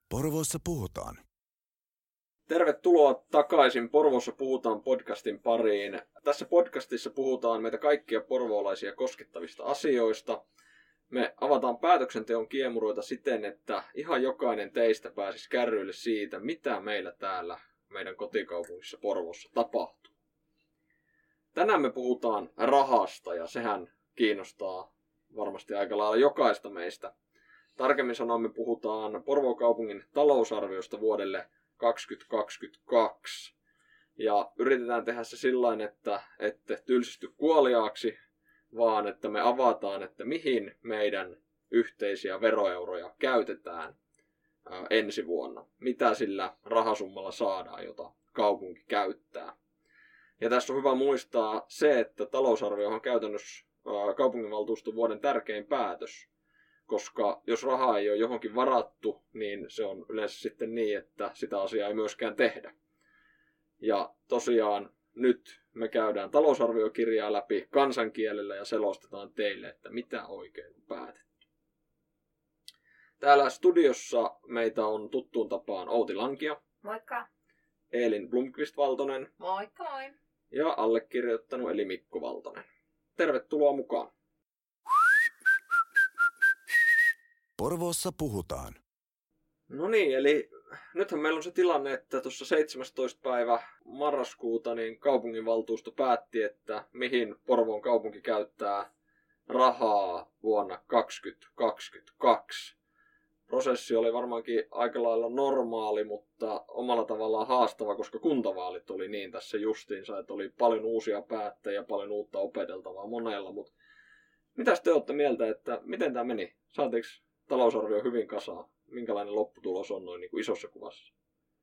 Porvoossa puhutaan. Tervetuloa takaisin Porvoossa puhutaan podcastin pariin. Tässä podcastissa puhutaan meitä kaikkia porvoolaisia koskettavista asioista. Me avataan päätöksenteon kiemuroita siten, että ihan jokainen teistä pääsisi kärryille siitä, mitä meillä täällä meidän kotikaupungissa Porvoossa tapahtuu. Tänään me puhutaan rahasta ja sehän kiinnostaa varmasti aika lailla jokaista meistä. Tarkemmin sanoen me puhutaan Porvoon kaupungin talousarviosta vuodelle 2022. Ja yritetään tehdä se sillain, että ette tylsisty kuoliaaksi, vaan että me avataan, että mihin meidän yhteisiä veroeuroja käytetään ensi vuonna. Mitä sillä rahasummalla saadaan, jota kaupunki käyttää. Ja tässä on hyvä muistaa se, että talousarvio on käytännössä kaupunginvaltuuston vuoden tärkein päätös. Koska jos rahaa ei ole johonkin varattu, niin se on yleensä sitten niin, että sitä asiaa ei myöskään tehdä. Ja tosiaan nyt me käydään talousarviokirjaa läpi kansankielellä ja selostetaan teille, että mitä oikein on päätetty. Täällä studiossa meitä on tuttuun tapaan Outi Lankia. Moikka. Elin Blomqvist-Valtonen. Moikka moi. Ja allekirjoittanut eli Mikko Valtonen. Tervetuloa mukaan. Porvoossa puhutaan. No niin, eli nythän meillä on se tilanne, että tuossa 17. päivä marraskuuta niin kaupunginvaltuusto päätti, että mihin Porvoon kaupunki käyttää rahaa vuonna 2022. Prosessi oli varmaankin aika lailla normaali, mutta omalla tavallaan haastava, koska kuntavaalit oli niin tässä justiinsa, että oli paljon uusia päättäjiä, paljon uutta opeteltavaa monella. Mutta mitäs te olette mieltä, että miten tämä meni? Saatiinko talousarvio hyvin kasaan? Minkälainen lopputulos on noin niin kuin isossa kuvassa?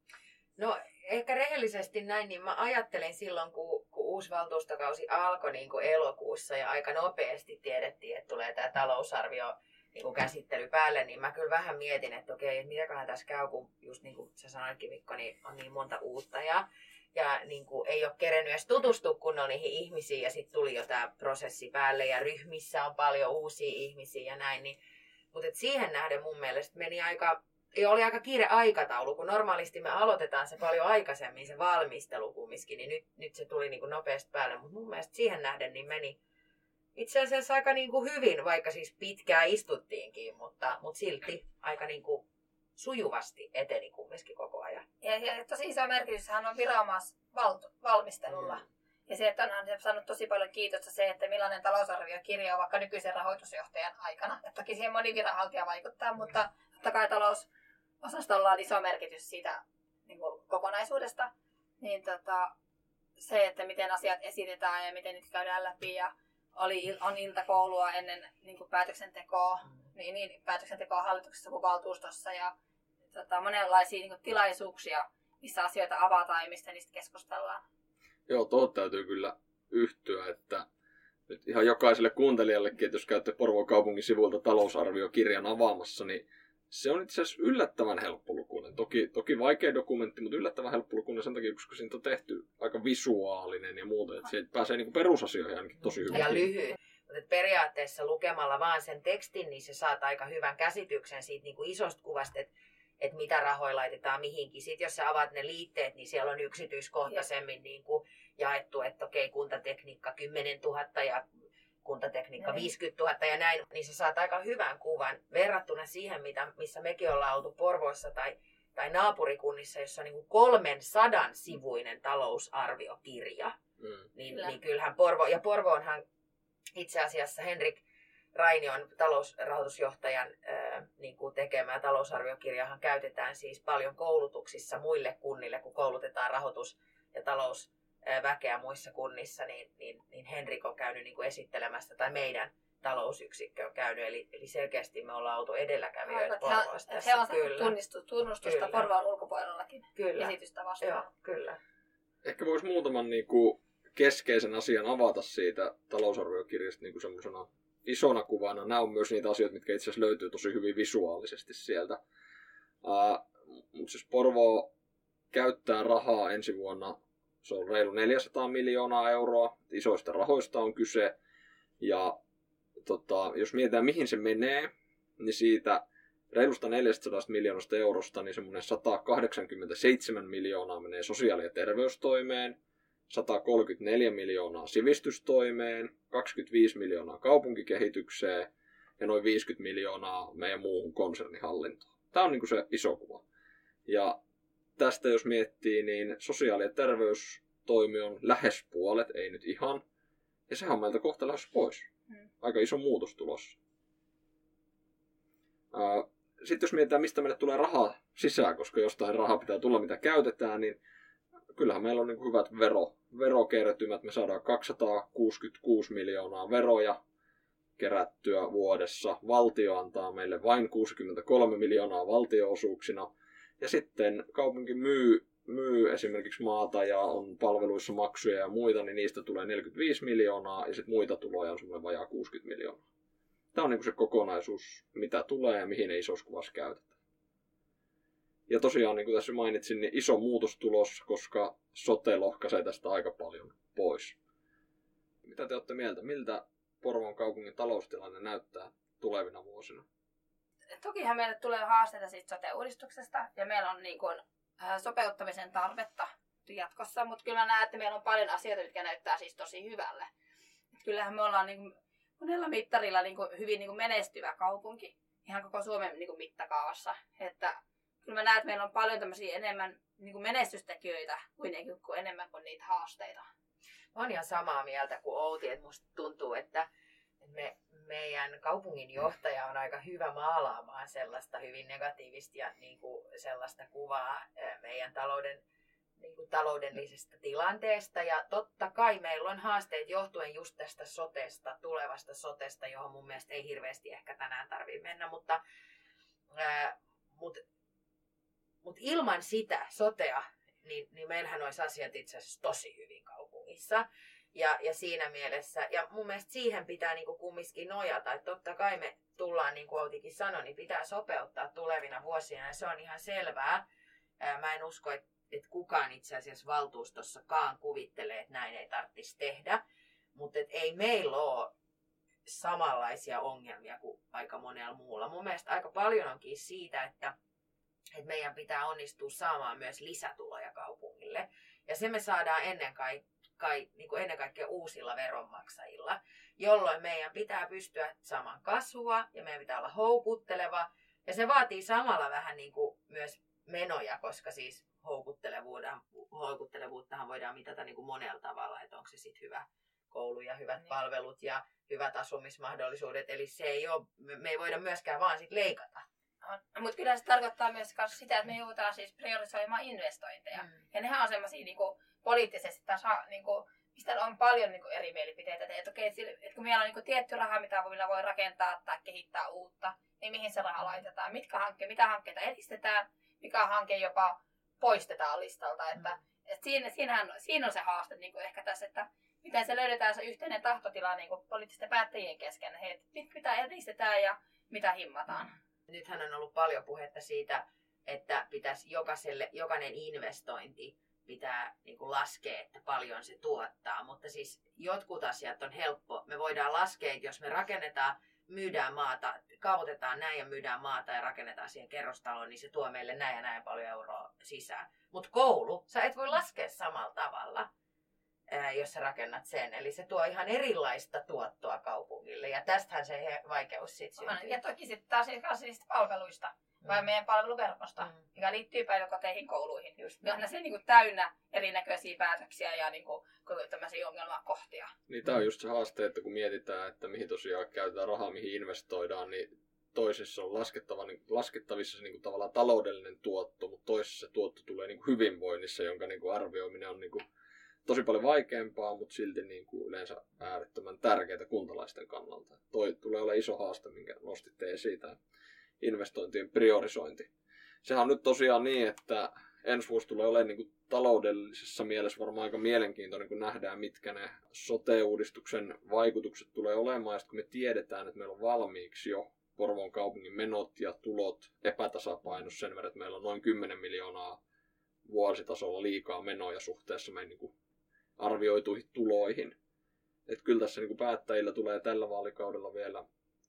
No ehkä rehellisesti näin, niin mä ajattelin silloin, kun uusi valtuustokausi alkoi niin kuin elokuussa ja aika nopeasti tiedettiin, että tulee tämä talousarvio niin kuin käsittely päälle, niin mä kyllä vähän mietin, että okei, että mitäköhän tässä käy, kun just niin kuin sä sanoitkin Mikko, niin on niin monta uutta ja niin kuin ei ole kerennyt edes tutustua kunnolla niihin ihmisiin ja sitten tuli jo tämä prosessi päälle ja ryhmissä on paljon uusia ihmisiä ja näin, niin mutta siihen nähden mun mielestä oli aika kiire aikataulu, kun normaalisti me aloitetaan se paljon aikaisemmin, se valmistelu kumminkin, niin nyt se tuli niin kuin nopeasti päälle. Mutta mun mielestä siihen nähden niin meni itse asiassa aika niin kuin hyvin, vaikka siis pitkään istuttiinkin, mutta silti aika niin kuin sujuvasti eteni kumminkin koko ajan. Ja tosi iso merkityshän on viranomaisvalmistelulla. Ja se, että onhan se saanut tosi paljon kiitosta se, että millainen talousarviokirja on vaikka nykyisen rahoitusjohtajan aikana. Et toki siihen moni viranhaltija vaikuttaa, mutta totta kai talousosastolla on iso merkitys siitä niin kuin kokonaisuudesta. Niin se, että miten asiat esitetään ja miten niitä käydään läpi ja on iltakoulua ennen niin kuin päätöksentekoa, niin päätöksentekoa hallituksessa kuin valtuustossa ja monenlaisia niin kuin tilaisuuksia, missä asioita avataan ja mistä niistä keskustellaan. Joo, tuohon täytyy kyllä yhtyä, että nyt ihan jokaiselle kuuntelijallekin, että jos käytte Porvoon kaupungin sivuilta talousarviokirjan avaamassa, niin se on itse asiassa yllättävän helppolukuinen. Toki vaikea dokumentti, mutta yllättävän helppolukuinen sen takia, koska siitä on tehty aika visuaalinen ja muuta, että siitä pääsee niin kuin perusasioihin ainakin tosi hyvin. Ja lyhyt. Mutta periaatteessa lukemalla vaan sen tekstin, niin se saat aika hyvän käsityksen siitä niin kuin isosta kuvasta, että mitä rahoja laitetaan mihinkin. Sitten jos sä avaat ne liitteet, niin siellä on yksityiskohtaisemmin niin kuin jaettu, että okei, kuntatekniikka 10 000 ja kuntatekniikka 50 000 ja näin. Niin sä saat aika hyvän kuvan verrattuna siihen, missä mekin ollaan oltu Porvoossa tai naapurikunnissa, jossa on niin kuin 300 sivuinen talousarviokirja. Niin kyllähän Porvoonhan itse asiassa Henrik Rainion talousrahoitusjohtajan niin kuin tekemää talousarviokirjaahan käytetään siis paljon koulutuksissa muille kunnille, kun koulutetaan rahoitus- ja talousväkeä muissa kunnissa, niin Henrik on käynyt niin kuin esittelemässä, tai meidän talousyksikkö on käynyt, eli selkeästi me ollaan oltu edelläkävijöitä Porvoossa tässä. He on saanut tunnustusta Porvoon ulkopuolellakin esitystä vastaan. Joo, kyllä. Ehkä voisi muutaman niin kuin keskeisen asian avata siitä talousarviokirjasta niin kuin semmoisena isona kuvana. Nämä on myös niitä asioita, mitkä itse asiassa löytyy tosi hyvin visuaalisesti sieltä. Mutta siis Porvoo käyttää rahaa ensi vuonna, se on reilu 400 miljoonaa euroa. Isoista rahoista on kyse. Ja jos mietitään mihin se menee, niin siitä reilusta 400 miljoonasta eurosta, niin semmoinen 187 miljoonaa menee sosiaali- ja terveystoimeen, 134 miljoonaa sivistystoimeen, 25 miljoonaa kaupunkikehitykseen ja noin 50 miljoonaa meidän muuhun konsernihallintoon. Tämä on niin kuin se iso kuva. Ja tästä jos miettii, niin sosiaali- ja terveystoimi on lähes puolet, ei nyt ihan. Ja sehän on meiltä kohta lähes pois. Aika iso muutos tulossa. Sitten jos mietitään, mistä meille tulee rahaa sisään, koska jostain rahaa pitää tulla, mitä käytetään, niin kyllähän meillä on niin kuin hyvät verokertymät. Me saadaan 266 miljoonaa veroja kerättyä vuodessa. Valtio antaa meille vain 63 miljoonaa valtionosuuksina. Ja sitten kaupunki myy esimerkiksi maata ja on palveluissa maksuja ja muita, niin niistä tulee 45 miljoonaa ja sitten muita tuloja on semmoinen vajaa 60 miljoonaa. Tämä on niin kuin se kokonaisuus, mitä tulee ja mihin ei isossa kuvassa käytetään. Ja tosiaan, niin kuin tässä mainitsin, niin iso muutos tulossa, koska sote lohkaisee tästä aika paljon pois. Mitä te olette mieltä? Miltä Porvoon kaupungin taloustilanne näyttää tulevina vuosina? Tokihan meille tulee haasteita siitä sote-uudistuksesta ja meillä on niin kuin sopeuttamisen tarvetta jatkossa, mutta kyllä mä näen, että meillä on paljon asioita, jotka näyttää siis tosi hyvälle. Et kyllähän me ollaan niin kuin monella mittarilla niin kuin hyvin niin kuin menestyvä kaupunki ihan koko Suomen niin kuin mittakaavassa. Että kyllä mä näen, että meillä on paljon tämmöisiä enemmän niin kuin menestystekijöitä kuitenkin kuin enemmän kuin niitä haasteita. Mä oon ihan samaa mieltä kuin Outi, että musta tuntuu, että meidän kaupungin johtaja on aika hyvä maalaamaan sellaista hyvin negatiivista ja niin kuin sellaista kuvaa meidän taloudellisesta tilanteesta. Ja totta kai meillä on haasteet johtuen just tästä sotesta, tulevasta sotesta, johon mun mielestä ei hirveästi ehkä tänään tarvitse mennä, mutta ilman sitä sotea, niin meillähän olisi asiat itse asiassa tosi hyvin kaupungissa. Ja siinä mielessä, ja mun mielestä siihen pitää niinku kumminkin nojata, että totta kai me tullaan, niin kuin Outikin sanoi, niin pitää sopeuttaa tulevina vuosina, ja se on ihan selvää. Mä en usko, että kukaan itse asiassa valtuustossakaan kuvittelee, että näin ei tarvitsisi tehdä, mutta ei meillä ole samanlaisia ongelmia kuin aika monella muulla. Mun mielestä aika paljon onkin siitä, että meidän pitää onnistua saamaan myös lisätuloja kaupungille, ja se me saadaan ennen kaikkea uusilla veronmaksajilla, jolloin meidän pitää pystyä saamaan kasvua ja meidän pitää olla houkutteleva. Ja se vaatii samalla vähän niin kuin myös menoja, koska siis houkuttelevuuttahan voidaan mitata niin kuin monella tavalla, että onko se sitten hyvä koulu ja hyvät palvelut ja hyvät asumismahdollisuudet. Eli me ei voida myöskään vaan sit leikata. Mutta kyllä se tarkoittaa myös sitä, että me joudutaan siis priorisoimaan investointeja. Ja nehän on semmoisia niinku poliittisesti niinku, mistä on paljon niinku eri mielipiteitä. Että kun meillä on niinku tietty raha, millä voi rakentaa tai kehittää uutta, niin mihin se raha laitetaan? Mitä hankkeita edistetään? Mikä hanke jopa poistetaan listalta? Että siinä on se haaste niinku ehkä tässä, että miten se löydetään se yhteinen tahtotila niinku poliittisten päättäjien kesken. Mitä edistetään ja mitä himmataan. Nythän on ollut paljon puhetta siitä, että pitäisi jokainen investointi pitää niin kuin laskea, että paljon se tuottaa. Mutta siis jotkut asiat on helppo. Me voidaan laskea, että jos me myydään maata, kaavoitetaan näin ja myydään maata ja rakennetaan siihen kerrostaloon, niin se tuo meille näin ja näin paljon euroa sisään. Mutta koulu, sä et voi laskea samalla tavalla, jos sä rakennat sen. Eli se tuo ihan erilaista tuottoa kaupungille ja tästähän se vaikeus sitten syntyy. Ja toki sitten taas niistä palveluista, vai meidän palveluverkosta, mikä liittyy päiväkoteihin, kouluihin. Onhan se niinku täynnä erinäköisiä päätöksiä ja niinku tämmöisiä ongelmakohtia. Niin tämä on just se haaste, että kun mietitään, että mihin tosiaan käytetään rahaa, mihin investoidaan, niin toisessa on laskettavissa niin kuin tavallaan taloudellinen tuotto, mutta toisessa tuotto tulee niin kuin hyvinvoinnissa, jonka niin kuin arvioiminen on niin kuin tosi paljon vaikeampaa, mutta silti niin kuin yleensä äärettömän tärkeää kuntalaisten kannalta. Toi tulee olla iso haaste, minkä nostitte esiin, tämä investointien priorisointi. Sehän on nyt tosiaan niin, että ensi vuosi tulee olemaan niin kuin taloudellisessa mielessä varmaan aika mielenkiintoinen, kun nähdään, mitkä ne sote-uudistuksen vaikutukset tulee olemaan. Ja sitten kun me tiedetään, että meillä on valmiiksi jo Porvoon kaupungin menot ja tulot epätasapainossa sen verran, että meillä on noin 10 miljoonaa vuositasolla liikaa menoja suhteessa meidän niin kuin arvioituihin tuloihin. Että kyllä tässä niin kuin päättäjillä tulee tällä vaalikaudella vielä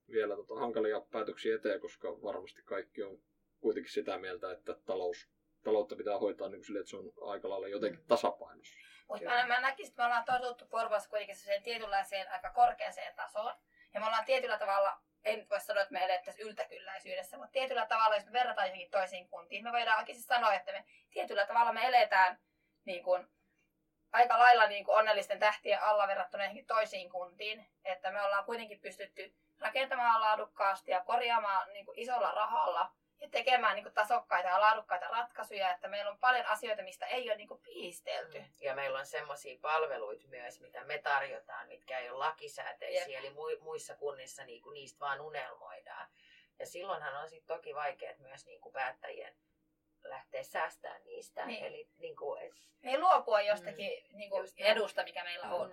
vielä hankalia päätöksiä eteen, koska varmasti kaikki on kuitenkin sitä mieltä, että taloutta pitää hoitaa niin sille, että se on aika lailla jotenkin tasapainossa. Mutta mä näkisin, että me ollaan totuttu Porvoossa kuitenkin tietynlaiseen aika korkeaseen tasoon. Ja me ollaan tietyllä tavalla, en voi sanoa, että me elettäisiin yltäkylläisyydessä, mutta tietyllä tavalla, jos me verrataan johonkin toisiin kuntiin, me voidaan oikeasti sanoa, että me tietyllä tavalla me eletään niin kuin, aika lailla niin kuin onnellisten tähtien alla verrattuna johonkin toisiin kuntiin. Että me ollaan kuitenkin pystytty rakentamaan laadukkaasti ja korjaamaan niin kuin isolla rahalla ja tekemään niin kuin tasokkaita ja laadukkaita ratkaisuja, että meillä on paljon asioita, mistä ei ole niin kuin piistelty. Ja meillä on semmoisia palveluita myös, mitä me tarjotaan, mitkä ei ole lakisääteisiä, eli muissa kunnissa niin kuin niistä vaan unelmoidaan. Ja silloinhan on sitten toki vaikeaa myös niin kuin päättäjien lähteä säästämään niistä. Niin. Eli, niin kuin, Me luopua jostakin niin kuin edusta, mikä meillä on.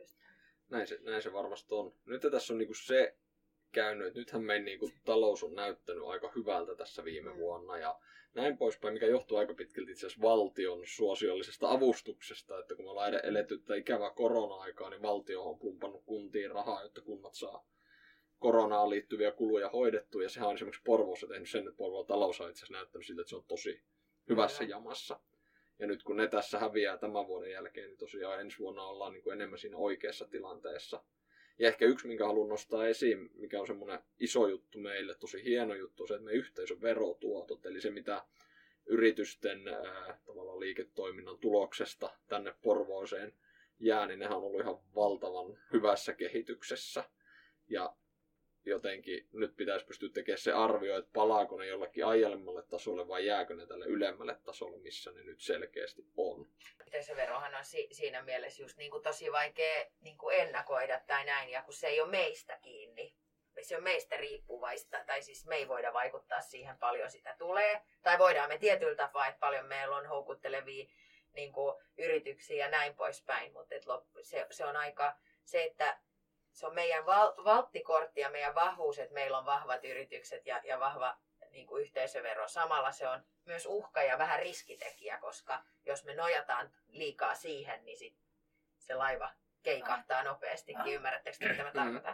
Näin se varmasti on. Nyt tässä on niin kuin se käynyt, että nythän meidän niin kuin talous on näyttänyt aika hyvältä tässä viime vuonna ja näin poispäin, mikä johtuu aika pitkälti itse asiassa valtion suosiollisesta avustuksesta, että kun me ollaan eletty tätä ikävää korona-aikaa, niin valtio on pumpannut kuntiin rahaa, jotta kunnat saa koronaan liittyviä kuluja hoidettua, ja sehän on esimerkiksi Porvoossa tehnyt sen, että Porvoon talous on itse asiassa näyttänyt siltä, että se on tosi hyvässä jamassa. Ja nyt kun ne tässä häviää tämän vuoden jälkeen, niin tosiaan ensi vuonna ollaan niin kuin enemmän siinä oikeassa tilanteessa. Ja ehkä yksi, minkä haluan nostaa esiin, mikä on semmoinen iso juttu meille, tosi hieno juttu, on se, että meidän yhteisön verotuotot, eli se mitä yritysten tavallaan liiketoiminnan tuloksesta tänne Porvooseen jää, niin nehän on ollut ihan valtavan hyvässä kehityksessä. Ja jotenkin nyt pitäisi pystyä tekemään se arvio, että palaako ne jollakin aiemmalle tasolle vai jääkö ne tälle ylemmälle tasolle, missä ne nyt selkeästi on. Yhteisöverohan on siinä mielessä just niin kuin tosi vaikea niin kuin ennakoida tai näin, ja kun se ei ole meistä kiinni, se on meistä riippuvaista, tai siis me ei voida vaikuttaa siihen paljon sitä tulee, tai voidaan me tietyllä tapaa, että paljon meillä on houkuttelevia niin kuin yrityksiä ja näin poispäin, mutta se on aika se, että se on meidän valttikortti ja meidän vahvuus, että meillä on vahvat yritykset ja vahva niin kuin yhteisövero. Samalla se on myös uhka ja vähän riskitekijä, koska jos me nojataan liikaa siihen, niin sit se laiva keikahtaa nopeastikin. Ymmärrättekö, mitä mä tarkoitan?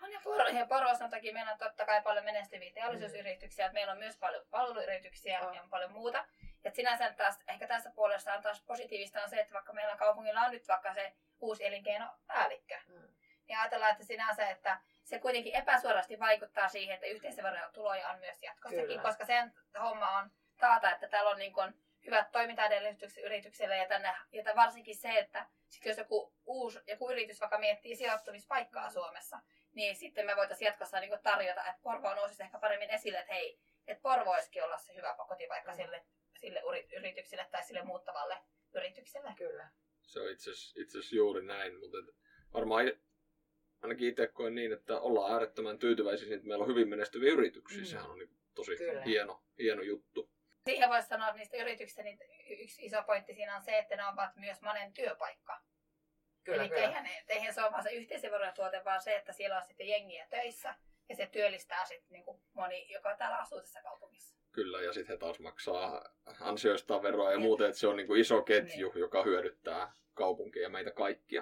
Ja Porvoossa toki meillä on totta kai paljon menestyviä teollisuusyrityksiä, että meillä on myös paljon palveluyrityksiä ja on paljon muuta. Ja sinänsä taas, ehkä tässä puolessa on taas positiivista on se, että vaikka meillä kaupungilla on nyt vaikka se uusi elinkeinopäällikkö, niin ajatellaan, että sinänsä, että se kuitenkin epäsuorasti vaikuttaa siihen, että yhteisöveron tuloja on myös jatkossakin, Kyllä. koska sen homma on taata, että täällä on niin kuin hyvät toimintaedellytykset yrityksille ja varsinkin se, että sit jos joku yritys vaikka miettii sijoittumispaikkaa Suomessa, niin sitten me voitaisiin jatkossa niin kuin tarjota, että Porvoo nousisi ehkä paremmin esille, että hei, että Porvoo olisikin olla se hyvä kotipaikka sille yritykselle tai sille muuttavalle yritykselle. Kyllä. Se on itse asiassa juuri näin, mutta varmaan ainakin itse koen niin, että ollaan äärettömän tyytyväisiä, että meillä on hyvin menestyviä yrityksiä. Sehän on niin tosi hieno juttu. Siihen voisi sanoa, että niistä yrityksistä niin yksi iso pointti siinä on se, että ne ovat myös monen työpaikka. Kyllä, eli eihän se ole vaan se yhteisöveron tuote, vaan se, että siellä on sitten jengiä töissä ja se työllistää sitten niin kuin moni, joka täällä asuu tässä kaupungissa. Kyllä, ja sitten he taas maksaa ansioistaan veroa ja muuten, että se on niin kuin iso ketju, joka hyödyttää kaupunkia ja meitä kaikkia.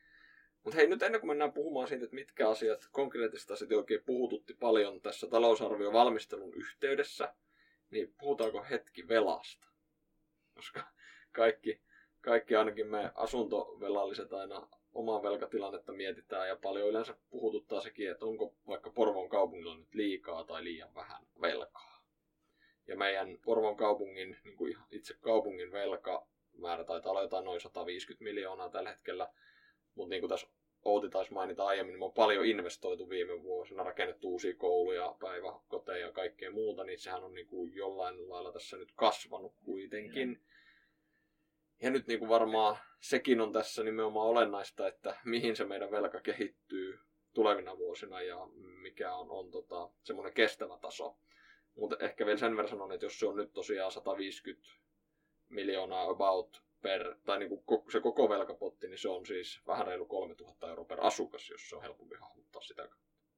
Mutta hei, nyt ennen kuin mennään puhumaan siitä, että mitkä asiat, konkreettiset asiat oikein puhututti paljon tässä talousarviovalmistelun yhteydessä, niin puhutaanko hetki velasta? Koska kaikki ainakin me asuntovelalliset aina omaa velkatilannetta mietitään ja paljon yleensä puhututtaa sekin, että onko vaikka Porvoon kaupungilla nyt liikaa tai liian vähän velkaa. Ja meidän Porvoon kaupungin, niin kuin itse kaupungin velkamäärä taitaa olla jotain noin 150 miljoonaa tällä hetkellä. Mutta niin kuin tässä Outi taisi mainita aiemmin, niin me on paljon investoitu viime vuosina, rakennettu uusia kouluja, päiväkoteja ja kaikkea muuta, niin sehän on niin kuin jollain lailla tässä nyt kasvanut kuitenkin. Ja nyt niin kuin varmaan sekin on tässä nimenomaan olennaista, että mihin se meidän velka kehittyy tulevina vuosina ja mikä on semmoinen kestävä taso. Mutta ehkä vielä sen verran sanon, että jos se on nyt tosiaan 150 miljoonaa about tai niin kuin se koko velkapotti, niin se on siis vähän reilu 3000 euroa per asukas, jos se on helpompi hahmottaa sitä.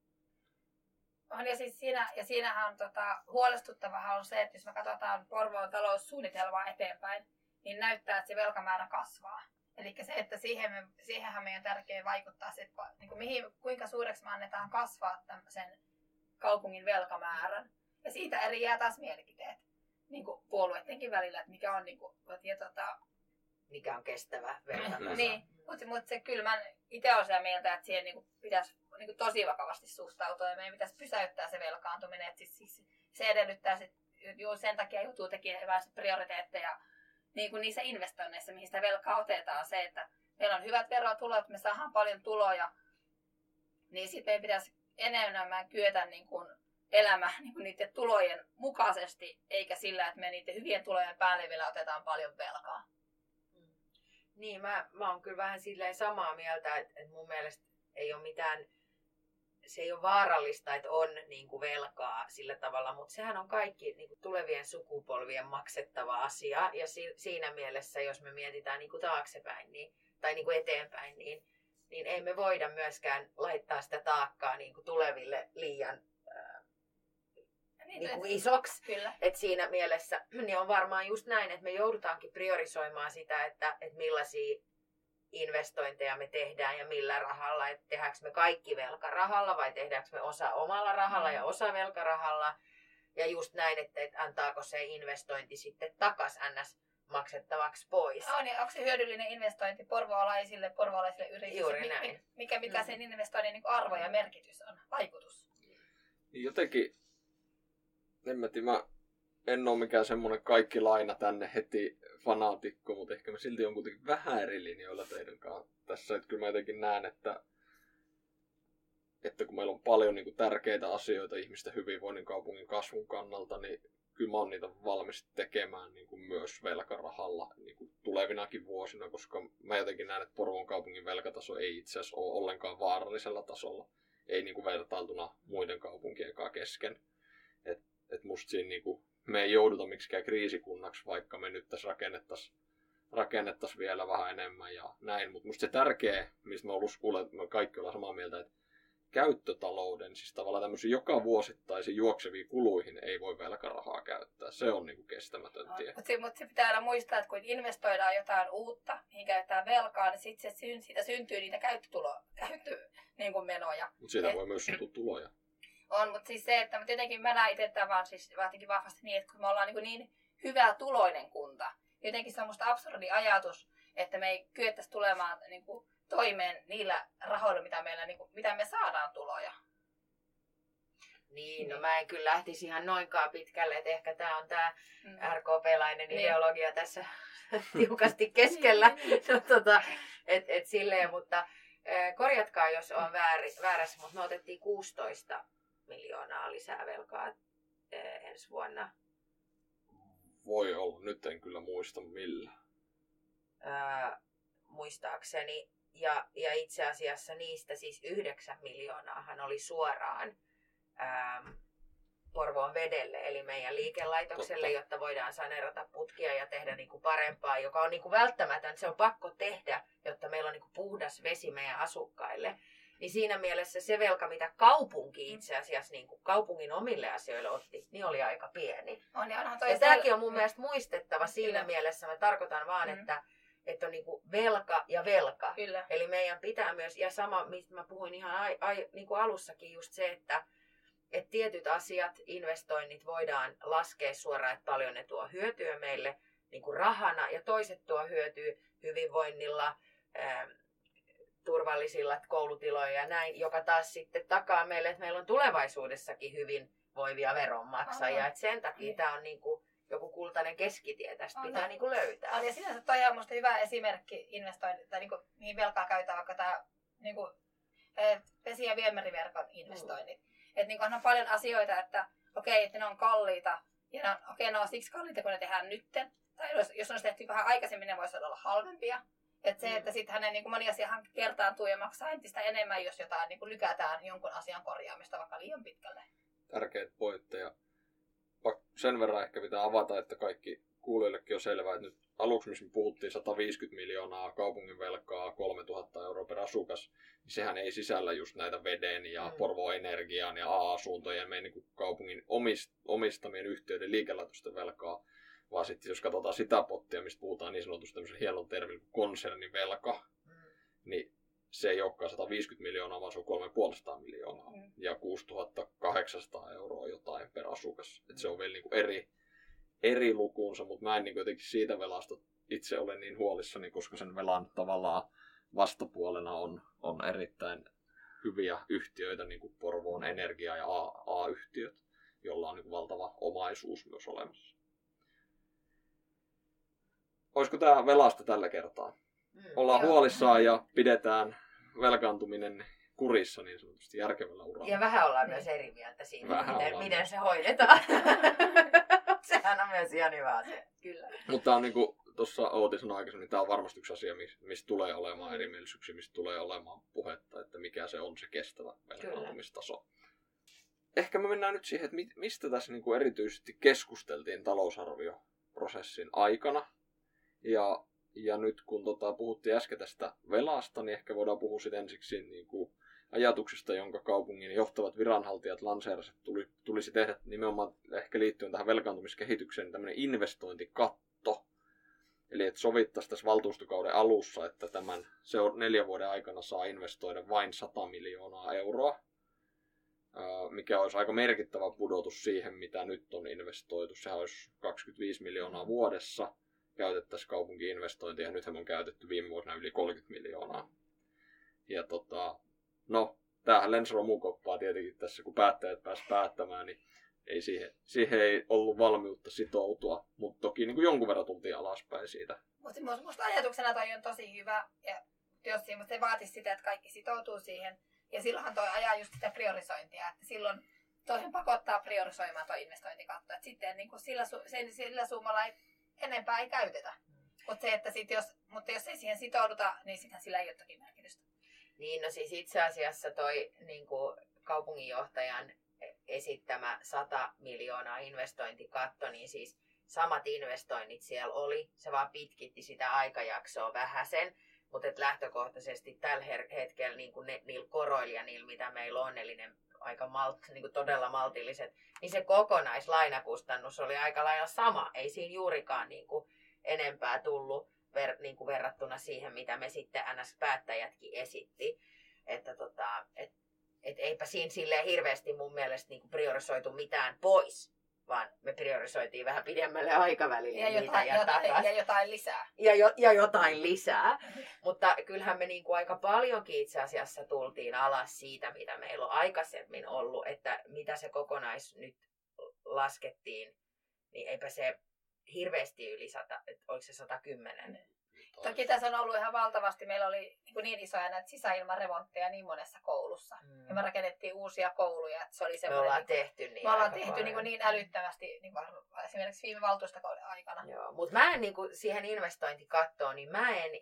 On, ja siis siinähän on huolestuttavahan on se, että jos me katsotaan Porvoon taloussuunnitelmaa eteenpäin, niin näyttää, että se velkamäärä kasvaa. Eli se, että siihenhän meidän on tärkeää vaikuttaa, se, että niin kuin kuinka suureksi me annetaan kasvaa sen kaupungin velkamäärän. Ja siitä eri jää taas mielipiteet niin kuin puolueidenkin välillä, että mikä on, niin kuin, mikä on kestävä velkataso. Niin, mutta se kyllä mä itse olen sitä mieltä, että siihen niin pitäisi niin tosi vakavasti suhtautua ja meidän pitäisi pysäyttää se velkaantuminen. Että siis se edellyttää, että sen takia joutuu tekemään prioriteetteja niin kuin niissä investoinneissa, mihin sitä velkaa otetaan. Se, että meillä on hyvät verotulot, me saadaan paljon tuloja, niin sitten meidän pitäisi enemmän kyetä niin kuin elämään niin kuin niiden tulojen mukaisesti, eikä sillä, että me niiden hyvien tulojen päälle vielä otetaan paljon velkaa. Niin, mä oon kyllä vähän silleen samaa mieltä, että mun mielestä ei ole mitään, se ei ole vaarallista, että on niin kuin velkaa sillä tavalla, mutta sehän on kaikki niin kuin tulevien sukupolvien maksettava asia. Ja siinä mielessä, jos me mietitään niin kuin taaksepäin tai niin kuin eteenpäin, niin ei me voida myöskään laittaa sitä taakkaa niin kuin tuleville liian niin kuin isoksi. Kyllä. Et siinä mielessä niin on varmaan just näin, että me joudutaankin priorisoimaan sitä, että millaisia investointeja me tehdään ja millä rahalla. Että tehdäänkö me kaikki velkarahalla vai tehdäänkö me osa omalla rahalla ja osa velkarahalla. Ja just näin, että antaako se investointi sitten takaisin NS maksettavaksi pois. Niin, onko se hyödyllinen investointi porvoolaisille yrityksille? Juuri näin. Mikä sen investoinnin niin arvo ja merkitys on, vaikutus? Jotenkin, mä en ole mikään semmoinen kaikki laina tänne heti fanaatikko, mutta ehkä mä silti on kuitenkin vähän eri linjoilla teidän kanssa tässä. Että kyllä mä jotenkin näen, että kun meillä on paljon niin kuin tärkeitä asioita ihmisten hyvinvoinnin, kaupungin kasvun kannalta, niin kyllä mä oon niitä valmis tekemään niin kuin myös velkarahalla niin kuin tulevinakin vuosina, koska mä jotenkin näen, että Porvoon kaupungin velkataso ei itse asiassa ole ollenkaan vaarallisella tasolla. Ei niin kuin vertailtuna muiden kaupunkien kanssa kesken. Et musta siinä niin kuin, me ei jouduta miksikään kriisikunnaksi, vaikka me nyt tässä rakennettaisiin vielä vähän enemmän ja näin. Mutta musta se tärkeä, mistä mä kuulen, että me kaikki ollaan samaa mieltä, että käyttötalouden, siis tavallaan tämmöisiin joka vuosittaisiin juokseviin kuluihin ei voi velkarahaa käyttää. Se on niinku kestämätön tie. Mutta se pitää aina muistaa, että kun investoidaan jotain uutta, mihin käytetään velkaa, niin siitä syntyy niitä käyttömenoja. Mutta siitä voi myös syntyä tuloja. On, mutta siis se, että jotenkin mä näen itse tämän vaan siis jotenkin vahvasti niin, että kun me ollaan niin hyvä tuloinen kunta, jotenkin se on musta absurdi ajatus, että me ei kyettäisi tulemaan niin kuin toimeen niillä rahoilla, mitä me saadaan tuloja. Niin, no mä en kyllä lähtisi ihan noinkaan pitkälle, että ehkä tää on tää RKP-lainen ideologia tässä tiukasti keskellä. et silleen, mutta korjatkaa, jos on väärässä, mutta me otettiin 16 miljoonaa lisää velkaa ensi vuonna. Voi olla, nyt en kyllä muista millä. Muistaakseni. Ja itse asiassa niistä siis 9 miljoonaahan oli suoraan Porvoon vedelle, eli meidän liikelaitokselle, Totta. jotta voidaan saneerata putkia ja tehdä niin kuin parempaa, joka on niin kuin välttämätön. Se on pakko tehdä, jotta meillä on niin kuin puhdas vesi meidän asukkaille. Niin siinä mielessä se velka, mitä kaupunki itse asiassa niin kuin kaupungin omille asioille otti, niin oli aika pieni. Ja tämäkin on mun mielestä muistettava siinä mielessä. Mä tarkoitan vaan, että on niinku velka ja velka. Kyllä. Eli meidän pitää myös, ja sama, mistä mä puhuin ihan niinku alussakin, just se, että tietyt asiat, investoinnit voidaan laskea suoraan, että paljon ne tuo hyötyä meille niinku rahana, ja toiset tuo hyötyä hyvinvoinnilla, turvallisilla koulutiloilla ja näin, joka taas sitten takaa meille, että meillä on tulevaisuudessakin hyvinvoivia veronmaksajia. Et sen takia tämä on niinku joku kultainen keskitie tästä pitää niinku löytää. Ja sinänsä toi on musta hyvä esimerkki investointi, tai niinku, mihin velkaa käytetään vaikka tämä niinku, vesi- ja viemäriverkon investoinnit. Että niinku on paljon asioita, että okei, että ne on kalliita, ja ne on siksi kalliita, kun ne tehdään nytten. Tai jos ne olisi tehty vähän aikaisemmin, ne voisi olla halvempia. Että se, että sitten hänen niin moni asiahan kertaantuu ja maksaa entistä enemmän, jos jotain niin lykätään jonkun asian korjaamista vaikka liian pitkälle. Tärkeät pointteja. Sen verran ehkä pitää avata, että kaikki kuulijoillekin on selvää, että nyt aluksi, missä me puhuttiin 150 miljoonaa kaupungin velkaa, 3000 euroa per asukas, niin sehän ei sisällä just näitä veden ja Porvoon Energian ja A-asuntojen meidän niin kaupungin omistamien yhtiöiden liikelaitosten velkaa, vaan sitten jos katsotaan sitä pottia, mistä puhutaan niin sanotusti tämmöisen hienon termin kuin konsernivelka, niin se ei olekaan 150 miljoonaa, vaan se on 350 miljoonaa. Ja 6800 euroa jotain per asukas. Et se on vielä niin kuin eri lukuunsa, mutta mä en niin jotenkin siitä velasta itse ole niin huolissani, koska sen velan tavallaan vastapuolena on erittäin hyviä yhtiöitä, niin kuin Porvoon Energia ja A-yhtiöt, jolla on niin kuin valtava omaisuus myös olemassa. Olisiko tämä velasta tällä kertaa? Ollaan huolissaan ja pidetään velkaantuminen kurissa niin sanotusti järkevällä uralla. Ja vähän ollaan myös eri mieltä siitä, miten se hoidetaan. Sehän on myös ihan hyvä asia. Kyllä. Mutta on niin kuin tuossa Outi sanoi aikaisemmin, niin tämä on varmasti yksi asia, mistä tulee olemaan erimielisyyksiä, mistä tulee olemaan puhetta, että mikä se on se kestävä velkaantumistaso. Ehkä me mennään nyt siihen, että mistä tässä niin kuin erityisesti keskusteltiin talousarvioprosessin aikana. Ja nyt kun puhuttiin äsken tästä velasta, niin ehkä voidaan puhua sitten ensiksi niin kuin ajatuksesta, jonka kaupungin johtavat viranhaltijat lanseerasivat, tulisi tehdä nimenomaan ehkä liittyen tähän velkaantumiskehitykseen tämmöinen investointikatto. Eli että sovittaisiin tässä valtuustokauden alussa, että tämän 4 vuoden aikana saa investoida vain 100 miljoonaa euroa, mikä olisi aika merkittävä pudotus siihen, mitä nyt on investoitu. Sehän olisi 25 miljoonaa vuodessa. Käytettäisiin kaupunki-investointia, ja nythän on käytetty viime vuosina yli 30 miljoonaa. Ja tämähän lensi romukoppaa tietenkin tässä, kun päättäjät pääsivät päättämään, niin ei siihen ei ollut valmiutta sitoutua, mutta toki niin kuin jonkun verran tultiin alaspäin siitä. Musta ajatuksena toi on tosi hyvä, ja jos se vaatisi sitä, että kaikki sitoutuu siihen, ja silloinhan toi ajaa just sitä priorisointia, että silloin toihin pakottaa priorisoimaan toi investointikatto, että sitten niin kuin sillä summalla enempää ei käytetä. Mutta jos ei siihen sitouduta, niin sillä ei ole toki merkitystä. Niin, no siis itse asiassa toi niin kuin kaupunginjohtajan esittämä 100 miljoonaa investointikatto, niin siis samat investoinnit siellä oli. Se vaan pitkitti sitä aikajaksoa vähäsen, mutta lähtökohtaisesti tällä hetkellä niin kuin niillä koroilla ja niillä, mitä meillä on, eli ne aika niin kuin todella maltilliset, niin se kokonaislainakustannus oli aika lailla sama. Ei siinä juurikaan niin kuin enempää tullut niin kuin verrattuna siihen, mitä me sitten NS-päättäjätkin esitti. Että eipä siinä silleen hirveästi mun mielestä niin kuin priorisoitu mitään pois, vaan me priorisoitiin vähän pidemmälle aikavälille ja jotain lisää. Ja jotain lisää. Mutta kyllähän me niin kuin aika paljonkin itse asiassa tultiin alas siitä, mitä meillä on aikaisemmin ollut, että mitä se kokonais nyt laskettiin, niin eipä se hirveästi yli 100, oliko se 110? Toki tässä on ollut ihan valtavasti. Meillä oli niin isoja näitä sisäilmaremontteja niin monessa koulussa. Ja me rakennettiin uusia kouluja. Että se oli me ollaan tehty niin älyttömästi niin esimerkiksi viime valtuustokauden aikana. Joo, mutta mä en siihen investointikattoon, niin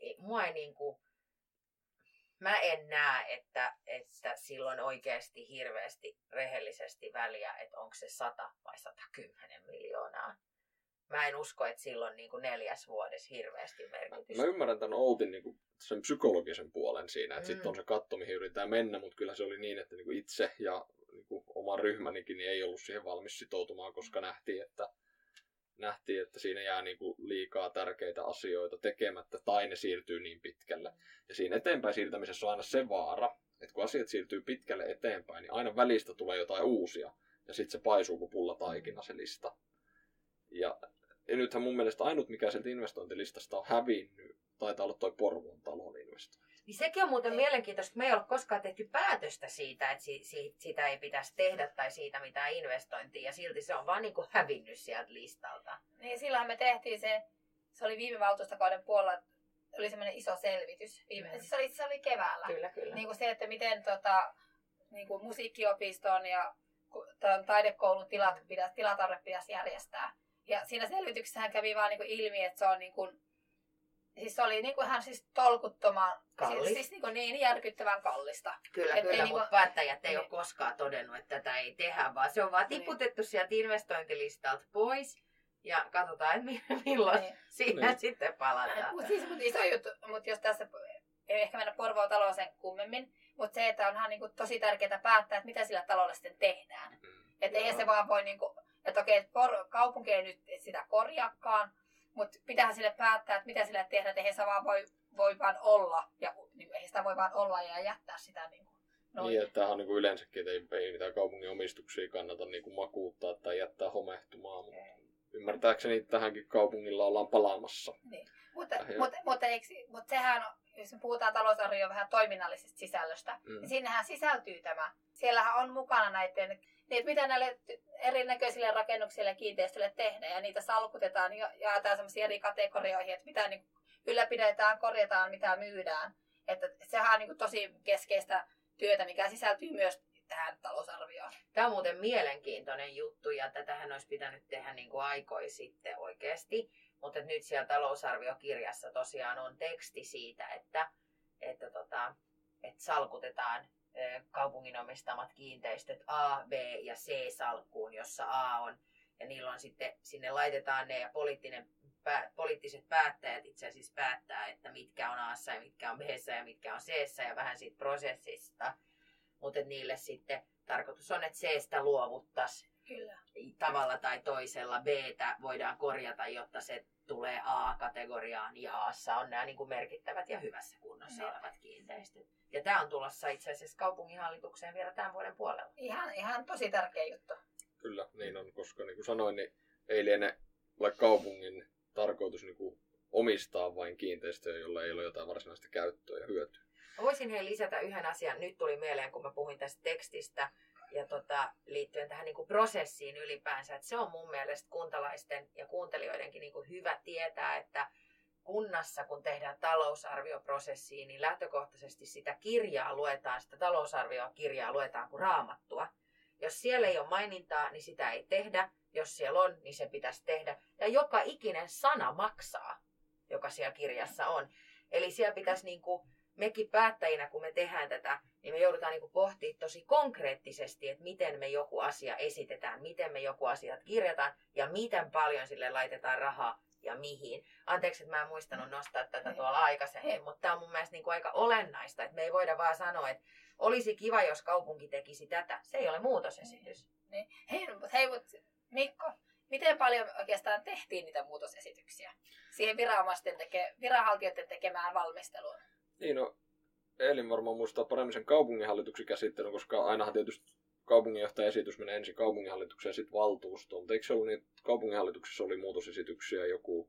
mä en näe, että silloin oikeasti hirveästi rehellisesti väliä, että onko se 100 vai 110 miljoonaa. Mä en usko, että silloin 4 vuodessa hirveästi merkitystä. Mä ymmärrän tämän Outin sen psykologisen puolen siinä, että sitten on se katto, mihin yritetään mennä, mutta kyllä se oli niin, että itse ja oma ryhmänikin niin ei ollut siihen valmis sitoutumaan, koska nähtiin, että siinä jää liikaa tärkeitä asioita tekemättä tai ne siirtyy niin pitkälle. Ja siinä eteenpäin siirtämisessä on aina se vaara, että kun asiat siirtyy pitkälle eteenpäin, niin aina välistä tulee jotain uusia ja sitten se paisuu kuin pullataikina se lista. Ja nythän mun mielestä ainut, mikä sieltä investointilistasta on hävinnyt, taitaa olla toi Porvoon talon investointi. Niin sekin on muuten mielenkiintoista, että me ei ole koskaan tehty päätöstä siitä, että sitä ei pitäisi tehdä tai siitä mitään investointia, ja silti se on vaan hävinnyt sieltä listalta. Niin silloin me tehtiin se oli viime valtuustokauden puolella, oli semmoinen iso selvitys. Siis se oli keväällä. Kyllä. Niin kuin se, että miten niin kuin musiikkiopiston ja taidekoulun tilatarve pitäisi järjestää. Ja siinä selvityksessähän kävi vaan ilmi, että se on siis se oli ihan tolkuttoman siis niin järkyttävän kallista. Kyllä, mutta päättäjät ei ole koskaan todennut, että tätä ei tehdä, vaan se on vaan tiputettu sieltä investointilistalta pois. Ja katsotaan, että milloin siihen sitten palataan. Mutta iso juttu, mutta jos tässä ei ehkä mennä Porvoon taloon sen kummemmin, mutta se, että onhan tosi tärkeää päättää, että mitä sillä talolla sitten tehdään. Että eihän se vaan voi, että okei, kaupunki ei nyt sitä korjaakaan, mutta pitää sille päättää, että mitä sille tehdään, että eihän se vaan voi vaan olla, ja niin ei sitä voi vaan olla ja jättää sitä niin kuin noin. Niin, että tämähän on niin kuin yleensäkin, että ei mitään kaupungin omistuksia kannata niin kuin makuuttaa tai jättää homehtumaan, mutta ymmärtääkseni tähänkin kaupungilla ollaan palaamassa. Niin. Mutta sehän, jos me puhutaan talousarvioon vähän toiminnallisesta sisällöstä, niin sinnehän sisältyy tämä. Siellähän on mukana näiden, niin mitä näille erinäköisille rakennuksille ja kiinteistöille tehdään, ja niitä salkutetaan ja jaetaan sellaisiin eri kategorioihin, että mitä niin ylläpidetään, korjataan, mitä myydään. Että sehän on niin kuin tosi keskeistä työtä, mikä sisältyy myös tähän talousarvioon. Tämä on muuten mielenkiintoinen juttu, ja tätähän olisi pitänyt tehdä niin kuin aikoja sitten oikeasti. Mutta nyt siellä talousarviokirjassa tosiaan on teksti siitä, että salkutetaan kaupungin omistamat kiinteistöt A, B ja C-salkkuun, jossa A on. Ja niillä on sitten, sinne laitetaan ne, ja poliittiset päättäjät itse asiassa päättää, että mitkä on A:ssa ja mitkä on B:ssä ja mitkä on C:ssä ja vähän siitä prosessista. Mutta niille sitten tarkoitus on, että C:stä luovuttaisiin. Kyllä. Tavalla tai toisella. B:tä voidaan korjata, jotta se tulee A-kategoriaan, ja A:ssa on nämä niin kuin merkittävät ja hyvässä kunnossa olevat kiinteistöt. Ja tämä on tulossa itse asiassa kaupunginhallitukseen vielä tämän vuoden puolella. Ihan tosi tärkeä juttu. Kyllä, niin on, koska niin kuin sanoin, niin ei liene kaupungin tarkoitus niin kuin omistaa vain kiinteistöjä, jolla ei ole jotain varsinaista käyttöä ja hyötyä. Voisin lisätä yhden asian. Nyt tuli mieleen, kun mä puhuin tästä tekstistä ja liittyen tähän niin kuin prosessiin ylipäänsä. Että se on mun mielestä kuntalaisten ja kuuntelijoidenkin niin kuin hyvä tietää, että kunnassa, kun tehdään talousarvioprosessia, niin lähtökohtaisesti sitä kirjaa luetaan, sitä talousarviokirjaa luetaan kuin raamattua. Jos siellä ei ole mainintaa, niin sitä ei tehdä. Jos siellä on, niin se pitäisi tehdä. Ja joka ikinen sana maksaa, joka siellä kirjassa on. Eli siellä pitäisi, niin kuin, mekin päättäjinä, kun me tehdään tätä, niin me joudutaan niin kuin pohtimaan tosi konkreettisesti, että miten me joku asia esitetään, miten me joku asia kirjataan ja miten paljon sille laitetaan rahaa ja mihin. Anteeksi, että mä en muistanut nostaa tätä tuolla aikaisemmin, mutta tämä on mun mielestä niin kuin aika olennaista, että me ei voida vaan sanoa, että olisi kiva, jos kaupunki tekisi tätä. Se ei ole muutosesitys. Niin. Hei, Mikko, miten paljon oikeastaan tehtiin niitä muutosesityksiä siihen viranhaltijoiden tekemään valmisteluun? Niin, no Elin varmaan muistaa paremmin sen kaupunginhallituksen käsittelyn, koska ainahan tietysti kaupunginjohtajan esitys menee ensin kaupunginhallitukseen ja sitten valtuustoon. Mutta eikö se ollut niin, että kaupunginhallituksessa oli muutosesityksiä joku?